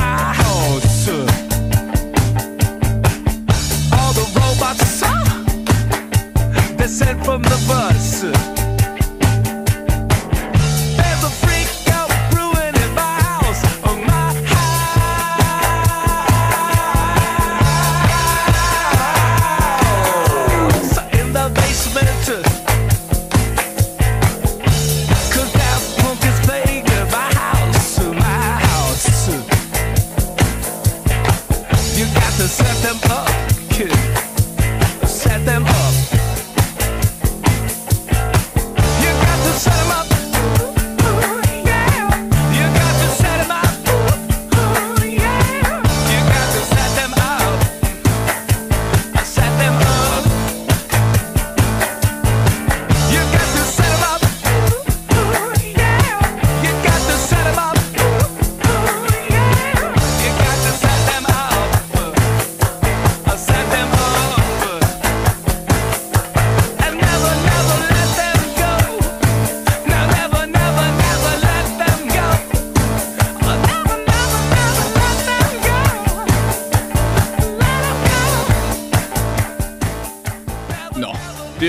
All the robots, they're sent from the bus. There's a freak out brewing in my house, In the basement, 'cause that punk is playing in my house, You got to set them up, kid. Set them up.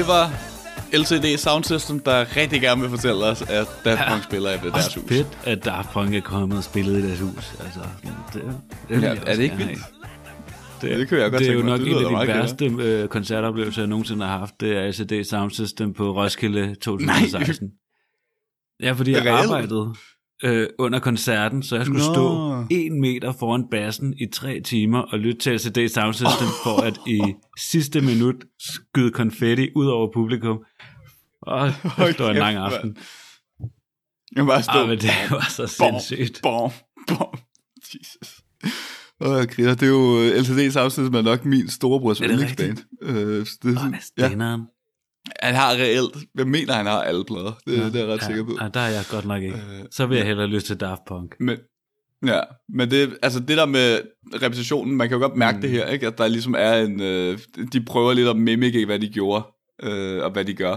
det var LCD Sound System, der rigtig gerne vil fortælle os, at Daft Punk spiller i deres hus. Fedt, at Daft Punk er kommet og spillet i deres hus. Altså, det er det ikke vildt? Det kan jeg godt tænke mig. Det er jo nok en af de værste koncertoplevelser, jeg nogensinde har haft. Det er LCD Sound System på Roskilde 2016. Ja, fordi jeg arbejdede under koncerten, så jeg skulle stå 1 meter foran bassen i 3 timer og lytte til LCD Sound System for at i sidste minut skyde konfetti ud over publikum. Og det var en lang aften. Jeg bare stå. Men det var så sindssygt. Bom. Jesus. Griner, det er jo LCD Sound System er nok min storebrors yndlingsband. Han har reelt, jeg mener han har alle plader. Det er jeg ret sikker på. Der er jeg godt nok ikke. Så vil jeg hellere lytte til Daft Punk. Men det, altså det der med repetitionen, man kan jo godt mærke det her, ikke? At der ligesom er en, de prøver lidt at mimike, hvad de gjorde, og hvad de gør.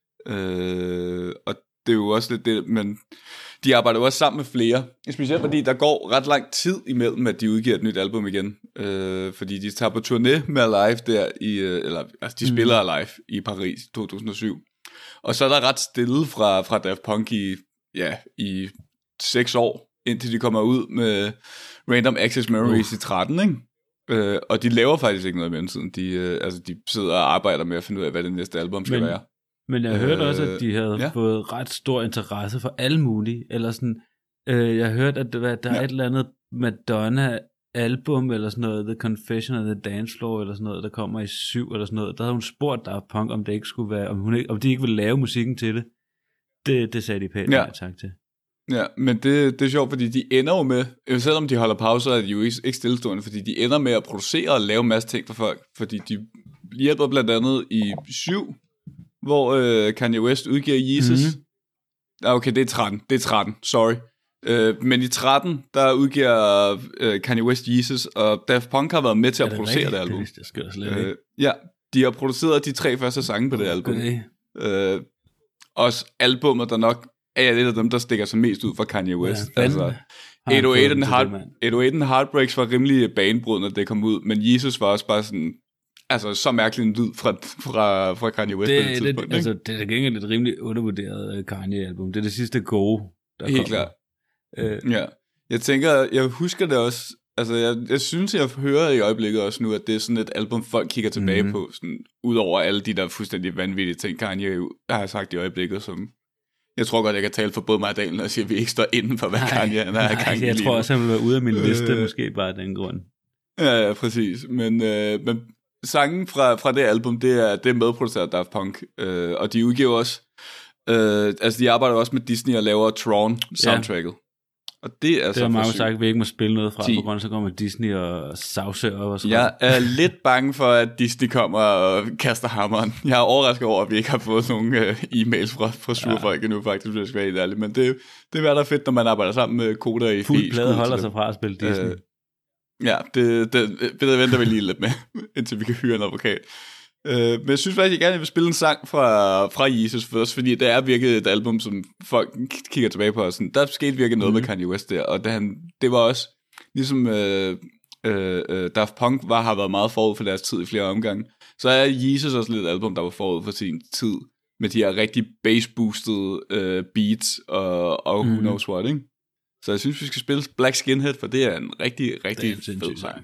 Og det er jo også lidt det, men de arbejder jo også sammen med flere. Specielt fordi der går ret lang tid imellem, at de udgiver et nyt album igen. Fordi de tager på turné med Alive der de spiller Alive i Paris 2007. Og så er der ret stille fra Daft Punk i 6 år, indtil de kommer ud med Random Access Memories i 13, ikke? Og de laver faktisk ikke noget i mellemtiden. De sidder og arbejder med at finde ud af, hvad det næste album skal være. Men jeg hørte også, at de havde fået ret stor interesse for alle mulige. Eller sådan, jeg hørte, at der er et eller andet Madonna-album, eller sådan noget, The Confession of the Dance Floor, eller sådan noget, der kommer i 7, eller sådan noget. Der havde hun spurgt Daft Punk, om det ikke skulle være, om de ikke ville lave musikken til det. Det sagde de pænt nej tak til. Ja, men det er sjovt, fordi de ender jo med, selvom de holder pauser, er de jo ikke stillestående, fordi de ender med at producere og lave en masse ting for folk, fordi de hjælper blandt andet i 7, hvor Kanye West udgiver Jesus. Okay, det er 13, sorry. Men i 13, der udgiver Kanye West Jesus, og Daft Punk har været med til at producere det album. Ja, de har produceret de 3 første sange på det album. Også albumet, der nok er lidt af dem, der stikker sig mest ud fra Kanye West. Altså, 808 and Heartbreaks var rimelig banebrydende, da det kom ud, men Jesus var også bare sådan, altså så mærkelig en lyd fra Kanye West på det tidspunkt. Det er gengæld et rimelig undervurderet Kanye-album. Det er det sidste gode, der kommer. Helt klart. Jeg tænker, jeg husker det også, altså jeg synes, jeg hører i øjeblikket også nu, at det er sådan et album, folk kigger tilbage på, sådan, ud over alle de der fuldstændig vanvittige ting, Kanye har sagt i øjeblikket, som jeg tror godt, jeg kan tale for både mig og Daniel og sige, at vi ikke står inden for, hvad Kanye han er. Nej, jeg tror også, han vil være ude af min liste, måske bare af den grund. Ja, præcis. Men sangen fra det album, det er medproduceret Daft Punk, og de udgiver også, altså de arbejder også med Disney og laver Tron soundtracket. Og det er så har Markus sagt, at vi ikke må spille noget fra, på grund så kommer Disney og sagsøger og sådan. Jeg er lidt bange for, at Disney kommer og kaster hammeren. Jeg er overrasket over, at vi ikke har fået nogen e-mails fra surfolk endnu, faktisk, hvis jeg skal være helt ærlig. Men det er hvad der er fedt, når man arbejder sammen med koder i fuld plade holder sig fra at spille Disney. Ja, det venter vi lige lidt med, indtil vi kan hyre en advokat. Men jeg synes faktisk, jeg gerne vil spille en sang fra Jesus først, fordi det er virkelig et album, som folk kigger tilbage på. Og sådan, der skete virkelig noget med Kanye West der, og det var også, ligesom Daft Punk har været meget forud for deres tid i flere omgange, så er Jesus også lidt et album, der var forud for sin tid, med de her rigtig bass-boostede beats og who knows what, ikke? Så jeg synes, vi skal spille Black Skinhead, for det er en rigtig, rigtig fed sang.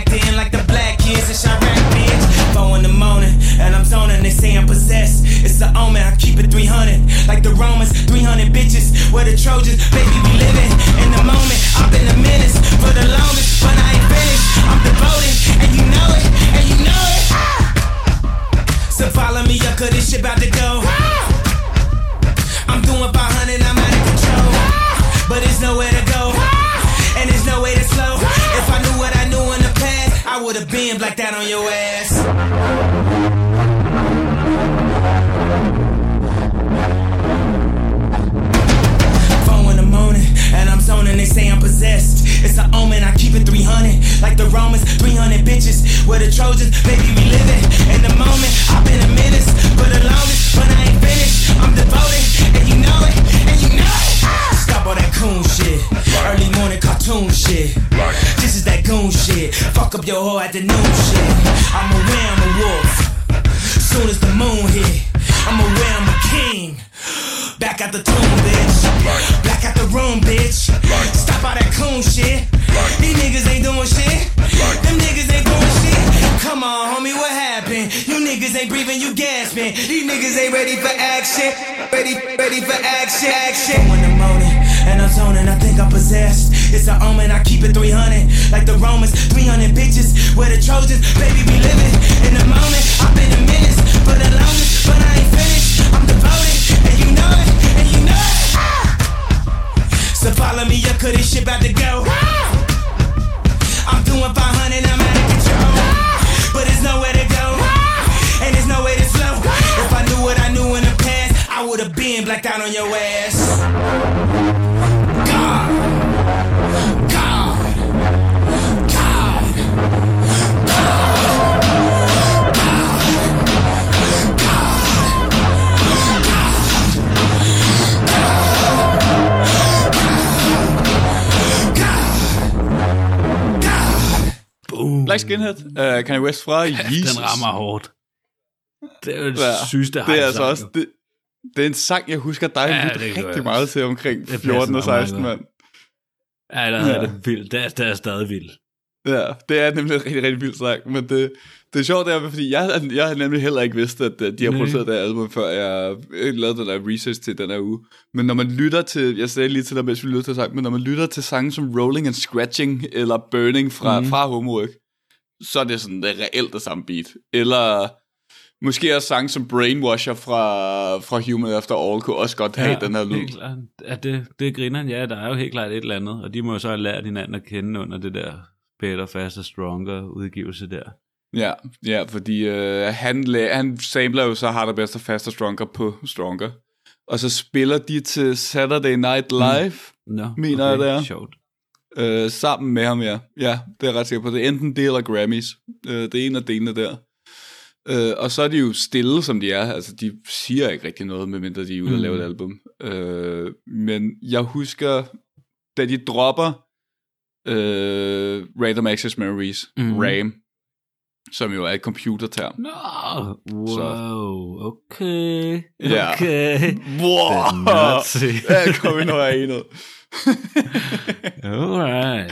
It's the omen, I keep it 300. Like the Romans, 300 bitches. Where the Trojans, baby, we living in the moment. I've been a menace for the longest, but I ain't finished. I'm devoted, and you know it, and you know it. So follow me up, cause this shit about to go. I'm doing 500, I'm out of control. But there's nowhere to go, and there's no way to slow. If I knew what I knew in the past, I would've been blacked out on your ass. Phone in the morning, and I'm zoning, they say I'm possessed. It's an omen, I keep it 300. Like the Romans, 300 bitches. Where the Trojans, baby, we living in the moment. I've been a menace for the longest, but I ain't finished. I'm devoted, and you know it, and you know it. Stop all that coon shit, early morning cartoon shit. This is that goon shit, fuck up your whole afternoon shit. I'm aware I'm a wolf, soon as the moon hit. I'm aware I'm a king, back out the tomb, bitch. Back out the room, bitch. Stop all that coon shit. These niggas ain't doing shit. Them niggas ain't doing shit. Come on, homie, what happened? You niggas ain't breathing, you gasping. These niggas ain't ready for action. Ready for action, action. In the morning, and I'm zoning, I think I'm possessed. It's an omen, I keep it 300. Like the Romans, 300 bitches. Where the Trojans, baby, we living in the moment. I've been a menace for the longest, but I ain't finished. I'm devoted, and you know it, and you know it. So follow me up, cause this shit about to go. I'm doing 500, I'm out of control. But there's nowhere to go, and there's no way to slow. If I knew what I knew in the past, I would've been blacked out on your ass. God, God, God, Black Skinhead, Kanye West fra Jesus. Den rammer hårdt. Det er jo det sygeste det er altså også det er en sang, jeg husker dig rigtig meget til omkring 14 og 16, mand. Ja, der er det vildt. Det er stadig vildt. Ja, det er nemlig en rigtig, rigtig vildt sang, men det er sjovt, det er, fordi jeg har nemlig heller ikke vidst, at de har produceret det album, før jeg lavede den der research til den her uge. Men når man lytter til, jeg sagde lige til dig, mens vi lytter til sang, men når man lytter til sange som Rolling and Scratching, eller Burning fra Homework, så er det sådan, det er reelt det samme beat. Eller måske også sange som Brainwasher fra Human After All, kunne også godt have den her lyd. Ja, det griner ja, der er jo helt klart et eller andet, og de må jo så have lært hinanden at kende under det der Better, Faster, Stronger udgivelse der. Ja, fordi han sampler jo så Harder, Better, Faster, Stronger på Stronger. Og så spiller de til Saturday Night Live, mener jeg det er. Sjovt. Sammen med ham, ja. Ja, det er ret sikker på. Det er enten det eller Grammys. Det er en af delene der. Og så er de jo stille, som de er. Altså, de siger ikke rigtig noget, medmindre de er ude og lave et album. Men jeg husker, da de dropper Random Access Memories, RAM, som jo er et computerterm. Wow, okay. Ja. Wow. Ja, kom vi nu af noget. Alright.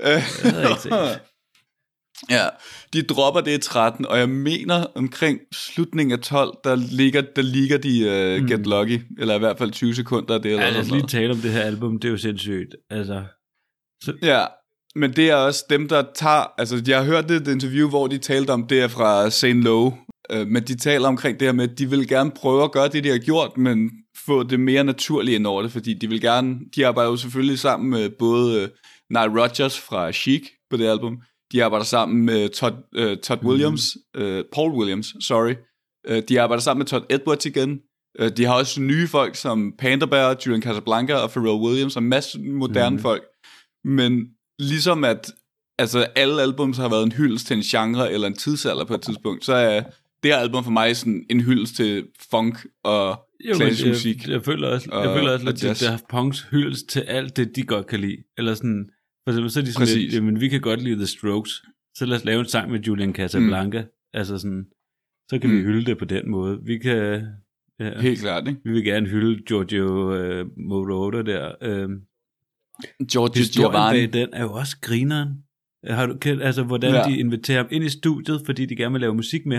Ja, de dropper det i 13, og jeg mener omkring slutningen af 12, der ligger de Get Lucky, eller i hvert fald 20 sekunder af det. Eller lad os lige tale om det her album, det er jo sindssygt. Altså. Ja, men det er også dem, der tager, altså jeg har hørt det interview, hvor de talte om det fra Saint Lowe, men de taler omkring det her med, at de vil gerne prøve at gøre det, de har gjort, men få det mere naturligt ind over det, fordi de arbejder jo selvfølgelig sammen med både Nile Rodgers fra Chic på det album, de arbejder sammen med Todd Williams, Paul Williams, de arbejder sammen med Todd Edwards igen, de har også nye folk som Panda Bear, Julian Casablanca og Pharrell Williams, og en masse moderne folk, men ligesom at altså alle albums har været en hyldest til en genre eller en tidsalder på et tidspunkt, så er det her album for mig sådan en hyldest til funk og klassisk musik. Jeg føler også lidt til Daft Punks hyldest til alt det, de godt kan lide. Eller sådan, for eksempel, så er de sådan lidt, jamen vi kan godt lide The Strokes, så lad os lave en sang med Julian Casablanca. Altså sådan, så kan vi hylde det på den måde. Vi kan... Ja, helt klart, ikke? Vi vil gerne hylde Giorgio Moroder der. Giorgio Giovanni. Den er jo også grineren. Har du kendt, altså hvordan de inviterer ham ind i studiet, fordi de gerne vil lave musik med ham,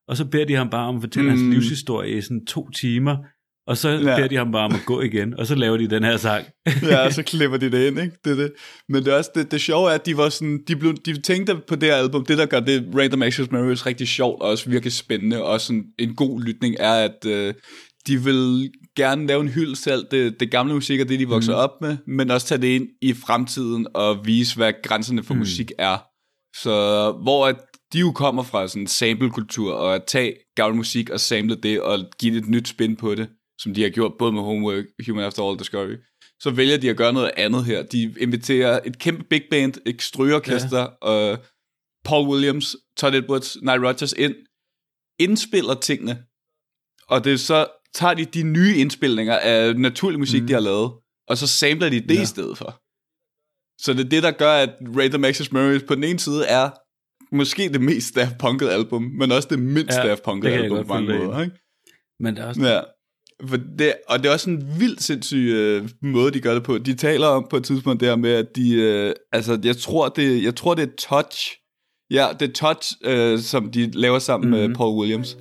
og så beder de ham bare om at fortælle hans livshistorie i sådan 2 timer, og så beder de ham bare om at gå igen, og så laver de den her sang. Ja, og så klipper de det ind, ikke? Det. Men det er også det sjove er, at de var sådan, de tænkte på det her album, det der gør det Random Access Memories rigtig sjovt, og også virkelig spændende, og sådan en god lytning er, at de vil gerne lave en hyldest til alt det gamle musik, og det de vokser op med, men også tage det ind i fremtiden, og vise, hvad grænserne for musik er. Så hvor at de jo kommer fra sådan en sample-kultur, og at tage gammel musik og sample det, og give det et nyt spin på det, som de har gjort både med Homework, Human After All, Discovery, så vælger de at gøre noget andet her. De inviterer et kæmpe big band, et strygeorkester, og Paul Williams, Todd Edwards, Nile Rodgers indspiller tingene, og det så tager de nye indspilninger af naturlig musik, de har lavet, og så samler de det i stedet for. Så det er det, der gør, at Random Access Memories på den ene side er måske det mest Daft Punk'ede album, men også det mindst Daft Punk'ede album på mange måder, ikke? Men det er også... og det er også en vildt sindssyg måde, de gør det på. De taler om på et tidspunkt der med, at de... jeg tror, det er Touch. Ja, det er Touch, som de laver sammen med Paul Williams.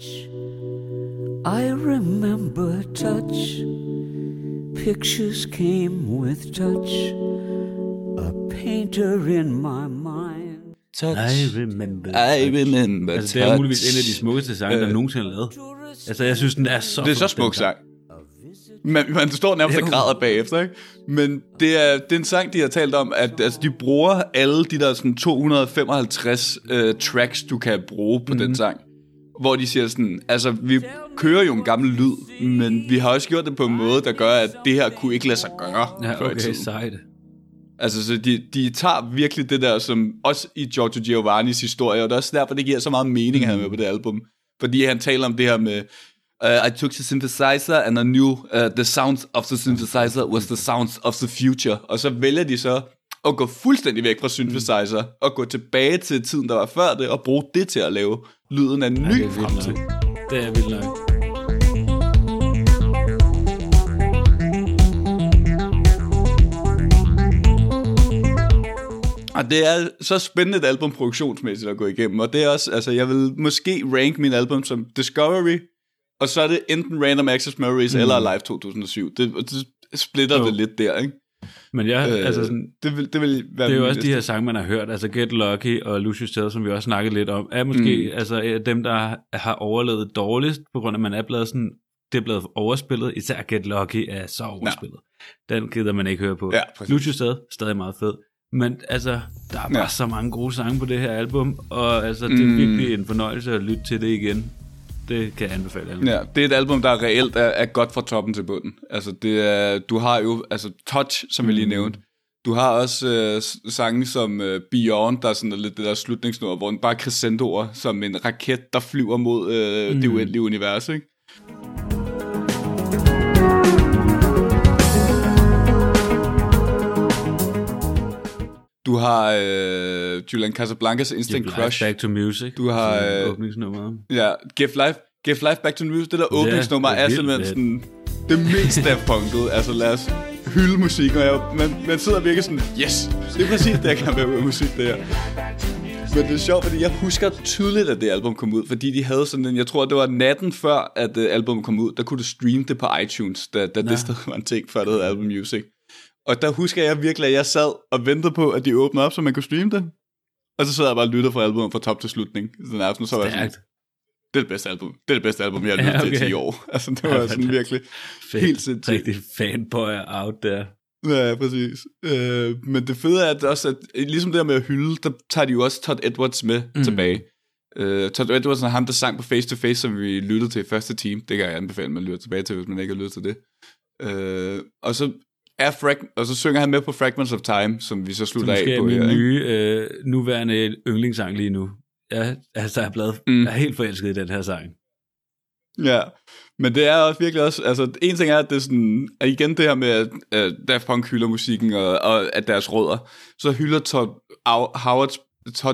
I remember touch. Pictures came with touch. A painter in my mind. Touch. I remember altså, det er muligvis en af de smukkeste sange, der nogensinde er lavet. Altså, jeg synes, den er så... Det er så smuk sang. Man står nærmest og græder bagefter, ikke? Men det er en sang, de har talt om, at altså, de bruger alle de der sådan 255 tracks, du kan bruge på den sang. Hvor de siger sådan, altså, vi kører jo en gammel lyd, men vi har også gjort det på en måde, der gør, at det her kunne ikke lade sig gøre. Ja, okay, sejt. Altså, så de tager virkelig det der, som også i Giorgio Giovannis historie, og det er også derfor, det giver så meget mening, at han er med på det album. Fordi han taler om det her med, I took the synthesizer, and I knew the sounds of the synthesizer was the sounds of the future. Og så vælger de så at gå fuldstændig væk fra synthesizer, og gå tilbage til tiden, der var før det, og bruge det til at lave lyden af en ny fremtid. Det er vildt nok. Og det er så spændende et album produktionsmæssigt at gå igennem, og det er også, altså jeg vil måske rank min album som Discovery, og så er det enten Random Access Memories eller Live 2007. Det splitter det lidt der, ikke? Men ja, altså sådan, det vil være det er jo også de her sange, man har hørt, altså Get Lucky og Lucius Tale, som vi også snakkede lidt om, er måske altså dem, der har overlevet dårligst, på grund af, at man er blevet sådan, det er blevet overspillet, især Get Lucky er så overspillet. Ja. Den gider man ikke høre på. Ja, Lucius Tale, stadig meget fed. Men altså, der er bare så mange gode sange på det her album, og altså, det er virkelig en fornøjelse at lytte til det igen. Det kan jeg anbefale alle. Ja, det er et album, der reelt er godt fra toppen til bunden. Altså, det er, du har jo, altså Touch, som jeg lige nævnte. Du har også sange som Beyond, der er sådan lidt det der slutningsnummer, hvor den bare crescendoer som en raket, der flyver mod det uendelige univers, ikke? Du har Julian Casablancas Instant Give Crush. Life Back to Music. Du har åbningsnummeret. Ja, Give Life Back to Music. Det der åbningsnummer er simpelthen sådan det mest Daft Punk'ede. Altså lad os hylde musik, og man sidder virkelig sådan, yes, det er præcis det, jeg kan være med musik, det her. Men det er sjovt, fordi jeg husker tydeligt, at det album kom ud, fordi de havde sådan en, jeg tror, det var natten før, at albumet kom ud, der kunne du streame det på iTunes, da det stadig var en ting, før det hed Album Music. Og der husker jeg virkelig, at jeg sad og ventede på, at de åbnede op, så man kunne streame det. Og så sad jeg bare og lyttede fra albumet fra top til slutning. Sådan aften, så var jeg sådan, det er det bedste album. Det er det bedste album, jeg har lyttet til i 10 år. Altså, det var sådan virkelig helt sindssygt. Rigtig fanboy out der. Ja, præcis. Men det fede er at også, at ligesom det der med at hylde, der tager de jo også Todd Edwards med tilbage. Todd Edwards er ham, der sang på Face to Face, som vi lyttede til i første time. Det kan jeg anbefale, at man lytter tilbage til, hvis man ikke har lyttet til det. Og så synger han med på Fragments of Time, som vi så slutter af på. Det er min nye, nuværende yndlingssang lige nu. Ja, altså jeg er helt forelsket i den her sang. Ja, men det er også virkelig også, altså en ting er, at det er sådan, at igen det her med, at Daft Punk hylder musikken, og at deres rødder, så hylder Todd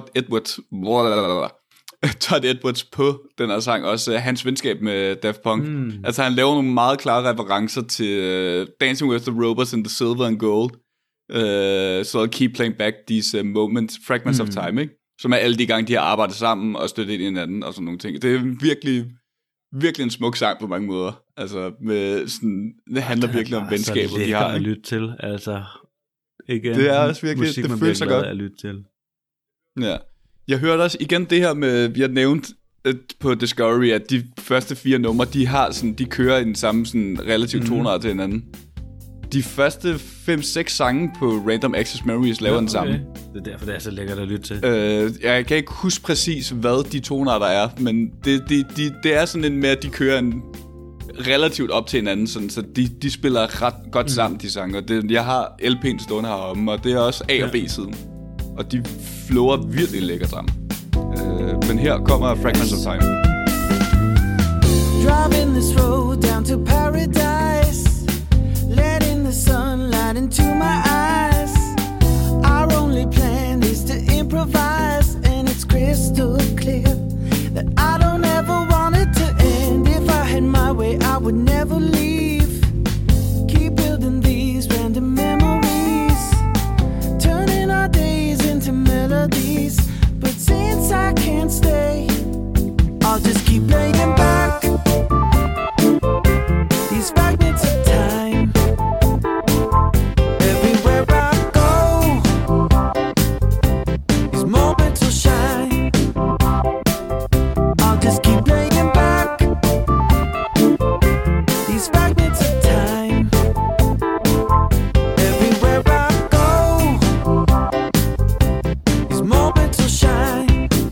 Edwards på den her sang også hans venskab med Daft Punk. Altså han laver nogle meget klare referencer til Dancing with the Robots in the Silver and Gold, so I'll keep playing back these moments, fragments of time, ikke? som er alle de gange, de har arbejdet sammen og støttet ind i hinanden og sådan nogle ting. Det er virkelig en smuk sang på mange måder. Altså, med sådan, det handler virkelig om venskabet, de har. At lytte til, altså. Igen, det er også virkelig, musik, det føles så godt. At lytte til. Ja. Jeg hørte også igen det her med, vi har nævnt på Discovery, at de første 4 numre, de kører i den samme sådan, relativt tonart til hinanden. De første 5-6 sange på Random Access Memories laver den samme. Det er derfor, det er så lækkert at lytte til. Jeg kan ikke huske præcis, hvad de tonarter er, men det er sådan en med, at de kører en relativt op til hinanden, sådan, så de spiller ret godt sammen, de sange. Jeg har LP'en stående heromme, og det er også A- og B-siden. Og de flower virkelig lækkert sammen. Men her kommer Fragments of Time. Driving this road down to paradise, letting the sunlight into my eyes. Our only plan is to improvise, and it's crystal clear that I don't ever want it to end. If I had my way, I would never leave. Keep building these random memories, turning our days into melodies. But since I can't stay, I'll just keep laying back these fragments of time. Everywhere I go, these moments will shine. I'll just keep laying back these fragments of time. Everywhere I go, these moments will shine.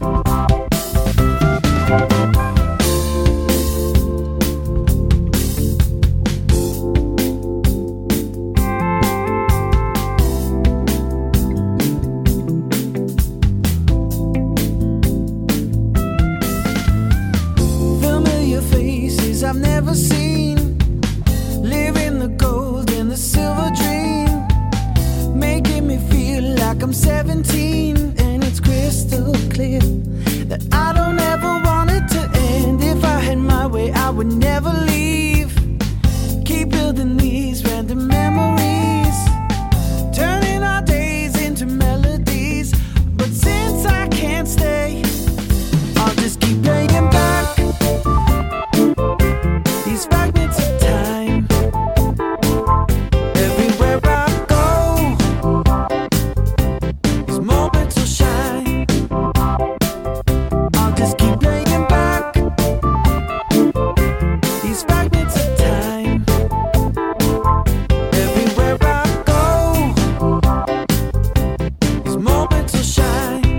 Familiar faces I've never seen, living the gold and the silver dream, making me feel like I'm 17, and it's crystal clear that I don't ever want it to end. If I had my way, I would never leave. Keep building these random memories, turning our days into melodies. But since I can't stay, I'll just keep laying back these fragments of time. Everywhere I go, these moments will shine. I'll just keep laying back these fragments of time. Everywhere I go, these moments will shine.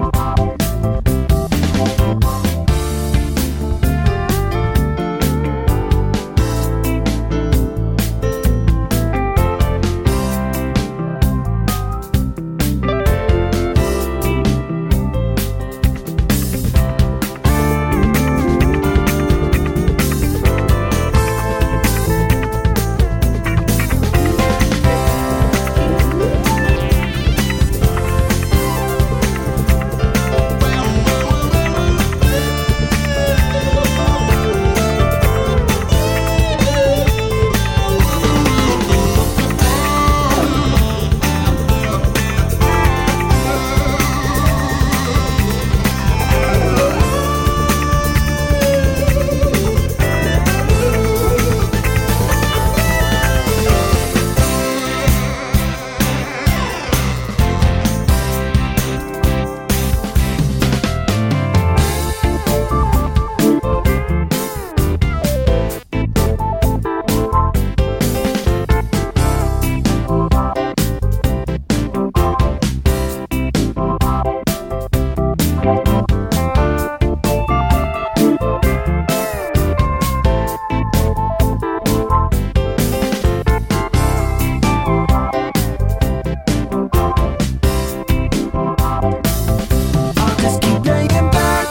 I'll just keep laying back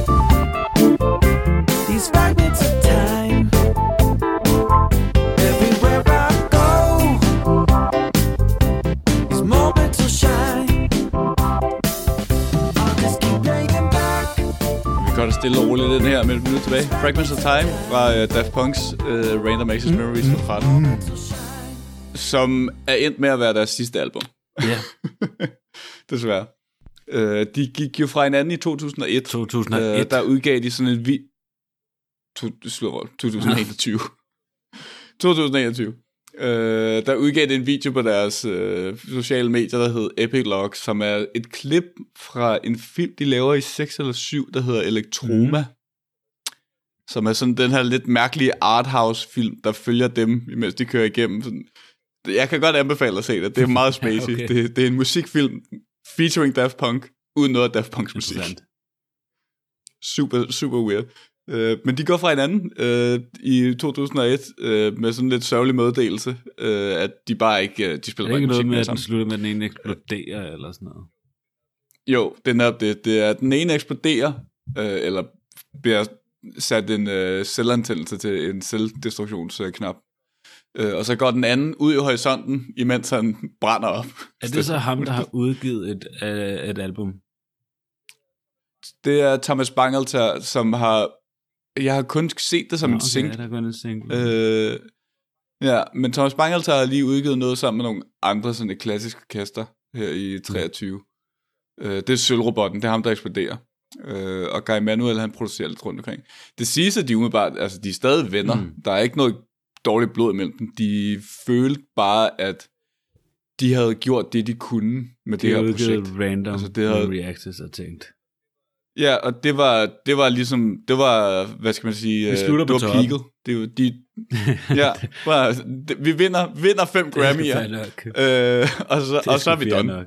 these fragments of time. Everywhere I go, these moments will shine. I'll just keep laying back. Vi går da stille og roligt den her med et minut tilbage. Fragments of Time fra Daft Punk's Random Access Memories fra 13. Som er endt med at være deres sidste album. Ja. Desværre. De gik jo fra hinanden i 2001. 2001. Der udgav de sådan en 2021. 2021. Der udgav de en video på deres sociale medier, der hed Epic Log, som er et klip fra en film, de laver i 6 eller 7, der hedder Elektroma. Som er sådan den her lidt mærkelige arthouse-film, der følger dem, imens de kører igennem. Sådan. Jeg kan godt anbefale at se det. Det er meget spacey. Okay. Det er en musikfilm featuring Daft Punk, uden noget af Daft Punks musik. Super, super weird. Men de går fra hinanden i 2001 med sådan lidt sørgelig meddelelse, at de bare ikke de spiller musik. Er det ikke noget med, at den slutter med, at den ene eksploderer eller sådan noget? Jo, det er det er, den ene eksploderer, eller bliver sat en selvantændelse til en selvdestruktionsknap. Og så går den anden ud i horisonten, imens han brænder op. Er det så ham, der har udgivet et album? Det er Thomas Bangalter, som har... Jeg har kun set det som en single. Ja, der er kun en single. Ja, men Thomas Bangalter har lige udgivet noget sammen med nogle andre sådan et klassisk orkester her i 23. Det er Sølvrobotten, det er ham, der eksploderer. Og Guy Manuel, han producerer lidt rundt omkring. Det siges, at de umiddelbart, altså de er stadig venner. Der er ikke noget dårligt blod imellem dem. De følte bare, at de havde gjort det, de kunne med det her projekt. Random altså, det havde reactors og tænkt. Ja, og det var ligesom, det var, hvad skal man sige, det var peaked. Det var vi vinder 5 Grammy'er. Og så er vi done.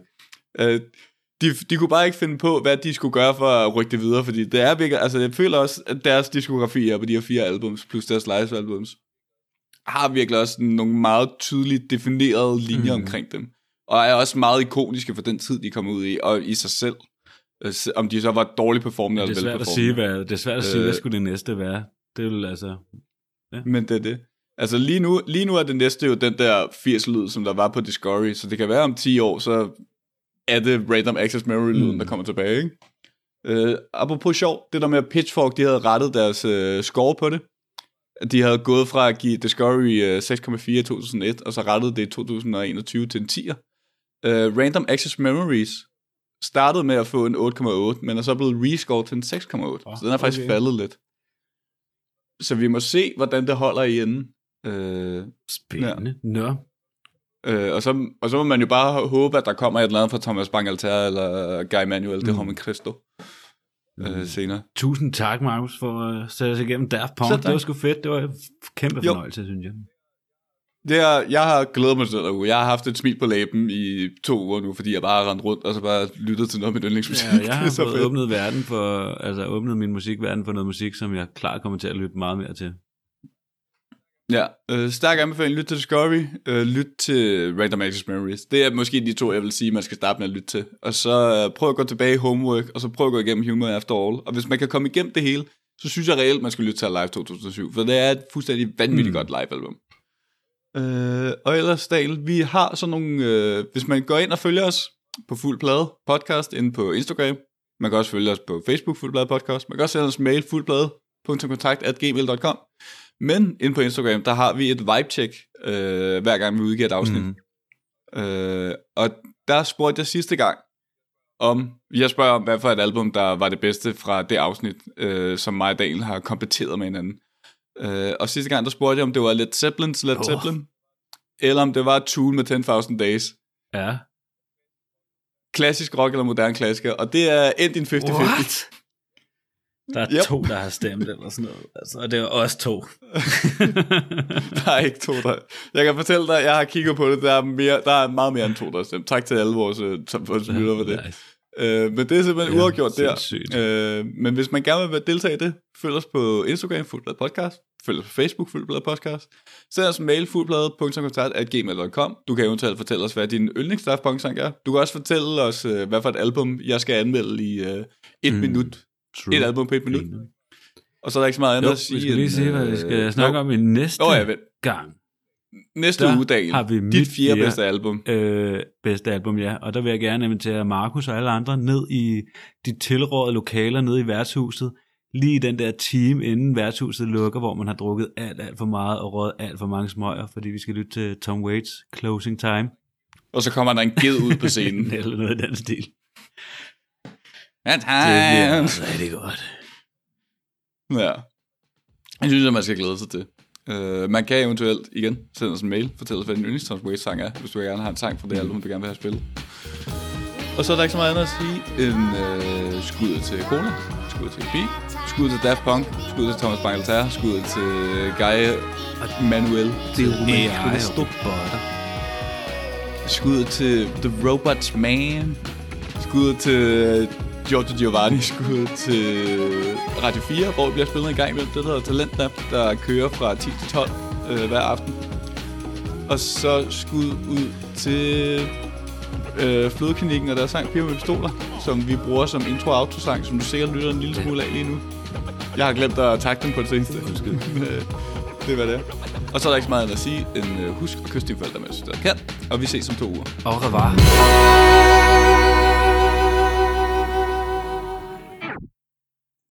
De kunne bare ikke finde på, hvad de skulle gøre for at rykke det videre, fordi det er virkelig, altså jeg føler også, at deres diskografi på de her 4 albums, plus deres live-albums, har virkelig også nogle meget tydeligt definerede linjer omkring dem, og er også meget ikoniske for den tid, de kom ud i, og i sig selv. Om de så var dårligt performende eller velperformende. Det er svært at sige, hvad skulle det næste være. Det vil altså... Ja. Men det er det. Altså lige nu er det næste jo den der 80'er-lyd, som der var på Discovery, så det kan være om 10 år, så er det Random Access Memory-lyden, der kommer tilbage, ikke? Apropos sjov, det der med at Pitchfork, de havde rettet deres score på det. De havde gået fra at give Discovery 6,4 i 2001, og så rettede det i 2021 til en 10'er. Random Access Memories startede med at få en 8,8, men er så blevet rescored til en 6,8. Så den er faktisk faldet lidt. Så vi må se, hvordan det holder i enden. Spændende. Ja. Og så må man jo bare håbe, at der kommer et eller andet fra Thomas Bangalter eller Guy Manuel, det Homem Christo senere. Tusind tak, Markus, for at sætte os igennem Daft Punk. Det var sgu fedt. Det var en kæmpe fornøjelse, synes jeg. Jeg har glædet mig til den uge. Jeg har haft et smil på læben i 2 uger nu, fordi jeg bare har rendt rundt og så bare lyttet til noget med yndlingsmusik. Ja, jeg har åbnet min musikverden for noget musik, som jeg klart kommer til at lytte meget mere til. Ja, stærk anbefaling. Lyt til Discovery, lyt til Random Access Memories. Det er måske de 2, jeg vil sige, man skal starte med at lytte til. Og så prøv at gå tilbage i Homework, og så prøv at gå igennem Humor After All. Og hvis man kan komme igennem det hele, så synes jeg reelt, man skal lytte til Live 2007, for det er et fuldstændig vanvittigt godt live-album. Og ellers, Daniel, vi har sådan nogle... hvis man går ind og følger os på Fuld Plade Podcast inde på Instagram, man kan også følge os på Facebook Fuld Plade Podcast, man kan også sende os mail fuldplade.kontakt@gmail.com. Men inde på Instagram, der har vi et vibe-check, hver gang vi udgiver et afsnit. Og der spurgte jeg sidste gang, jeg spørger om, hvad for et album, der var det bedste fra det afsnit, som mig og Daniel har kompeteret med hinanden. Og sidste gang, der spurgte jeg, om det var Led Zeppelin, eller om det var Tool med 10,000 Days. Ja. Klassisk rock eller moderne klassiker, og det er endt i en 50-50. What? Der er 2, der har stemt eller sådan noget. Altså, og det er også 2. Der er ikke 2, der... Jeg kan fortælle dig, jeg har kigget på det, der er meget mere end 2, der har stemt. Tak til alle vores lyttere for det. Men det er simpelthen uafgjort der. Men hvis man gerne vil deltage i det, følg os på Instagram, Fuldblad Podcast. Følg os på Facebook, Fuldblad Podcast. Send os en mail, fuldblad.kontakt@gmail.com. Du kan eventuelt fortælle os, hvad din yndlings Daft Punk-sang er. Du kan også fortælle os, hvad for et album, jeg skal anmelde i 1 minut. True. Et album på 1 minut. Og så er der ikke så meget andet at sige. Vi skal lige se, hvad vi skal snakke om i næste gang. Næste uge, Daniel. Har vi dit 4. bedste album. Bedste album, ja. Og der vil jeg gerne invitere Markus og alle andre ned i de tilrådede lokaler nede i værtshuset. Lige i den der time, inden værtshuset lukker, hvor man har drukket alt for meget og røget alt for mange smøger, fordi vi skal lytte til Tom Waits Closing Time. Og så kommer der en ged ud på scenen. Eller noget i den stil. Det bliver rigtig godt. Ja. Jeg synes, at man skal glæde sig til. Man kan eventuelt igen sende os en mail, fortælle os, hvad din yndlings-Tom Waits-sang er, hvis du gerne har en sang fra det album, du gerne vil have spillet. Og så er der ikke så meget andet at sige end skud til Cola, skud til Beat, skud til Daft Punk, skud til Thomas Bangalter, skud til Guy Manuel. Det er robotter. Skud til The Robots Man. Skud til Giorgio Giovanni. Skud til Radio 4, hvor vi bliver spillet en gang imellem. Det hedder Talentnap, der kører fra 10 til 12 hver aften. Og så skud ud til Flødeklinikken og deres sang Piger med Pistoler, som vi bruger som intro- og outro-sang, som du sikkert lytter en lille smule af lige nu. Jeg har glemt at takke dem på det seneste. Det var det. Og så er der ikke så meget andet at sige end husk at kysse dine forældre, mens du kan. Og vi ses om 2 uger. Au revoir.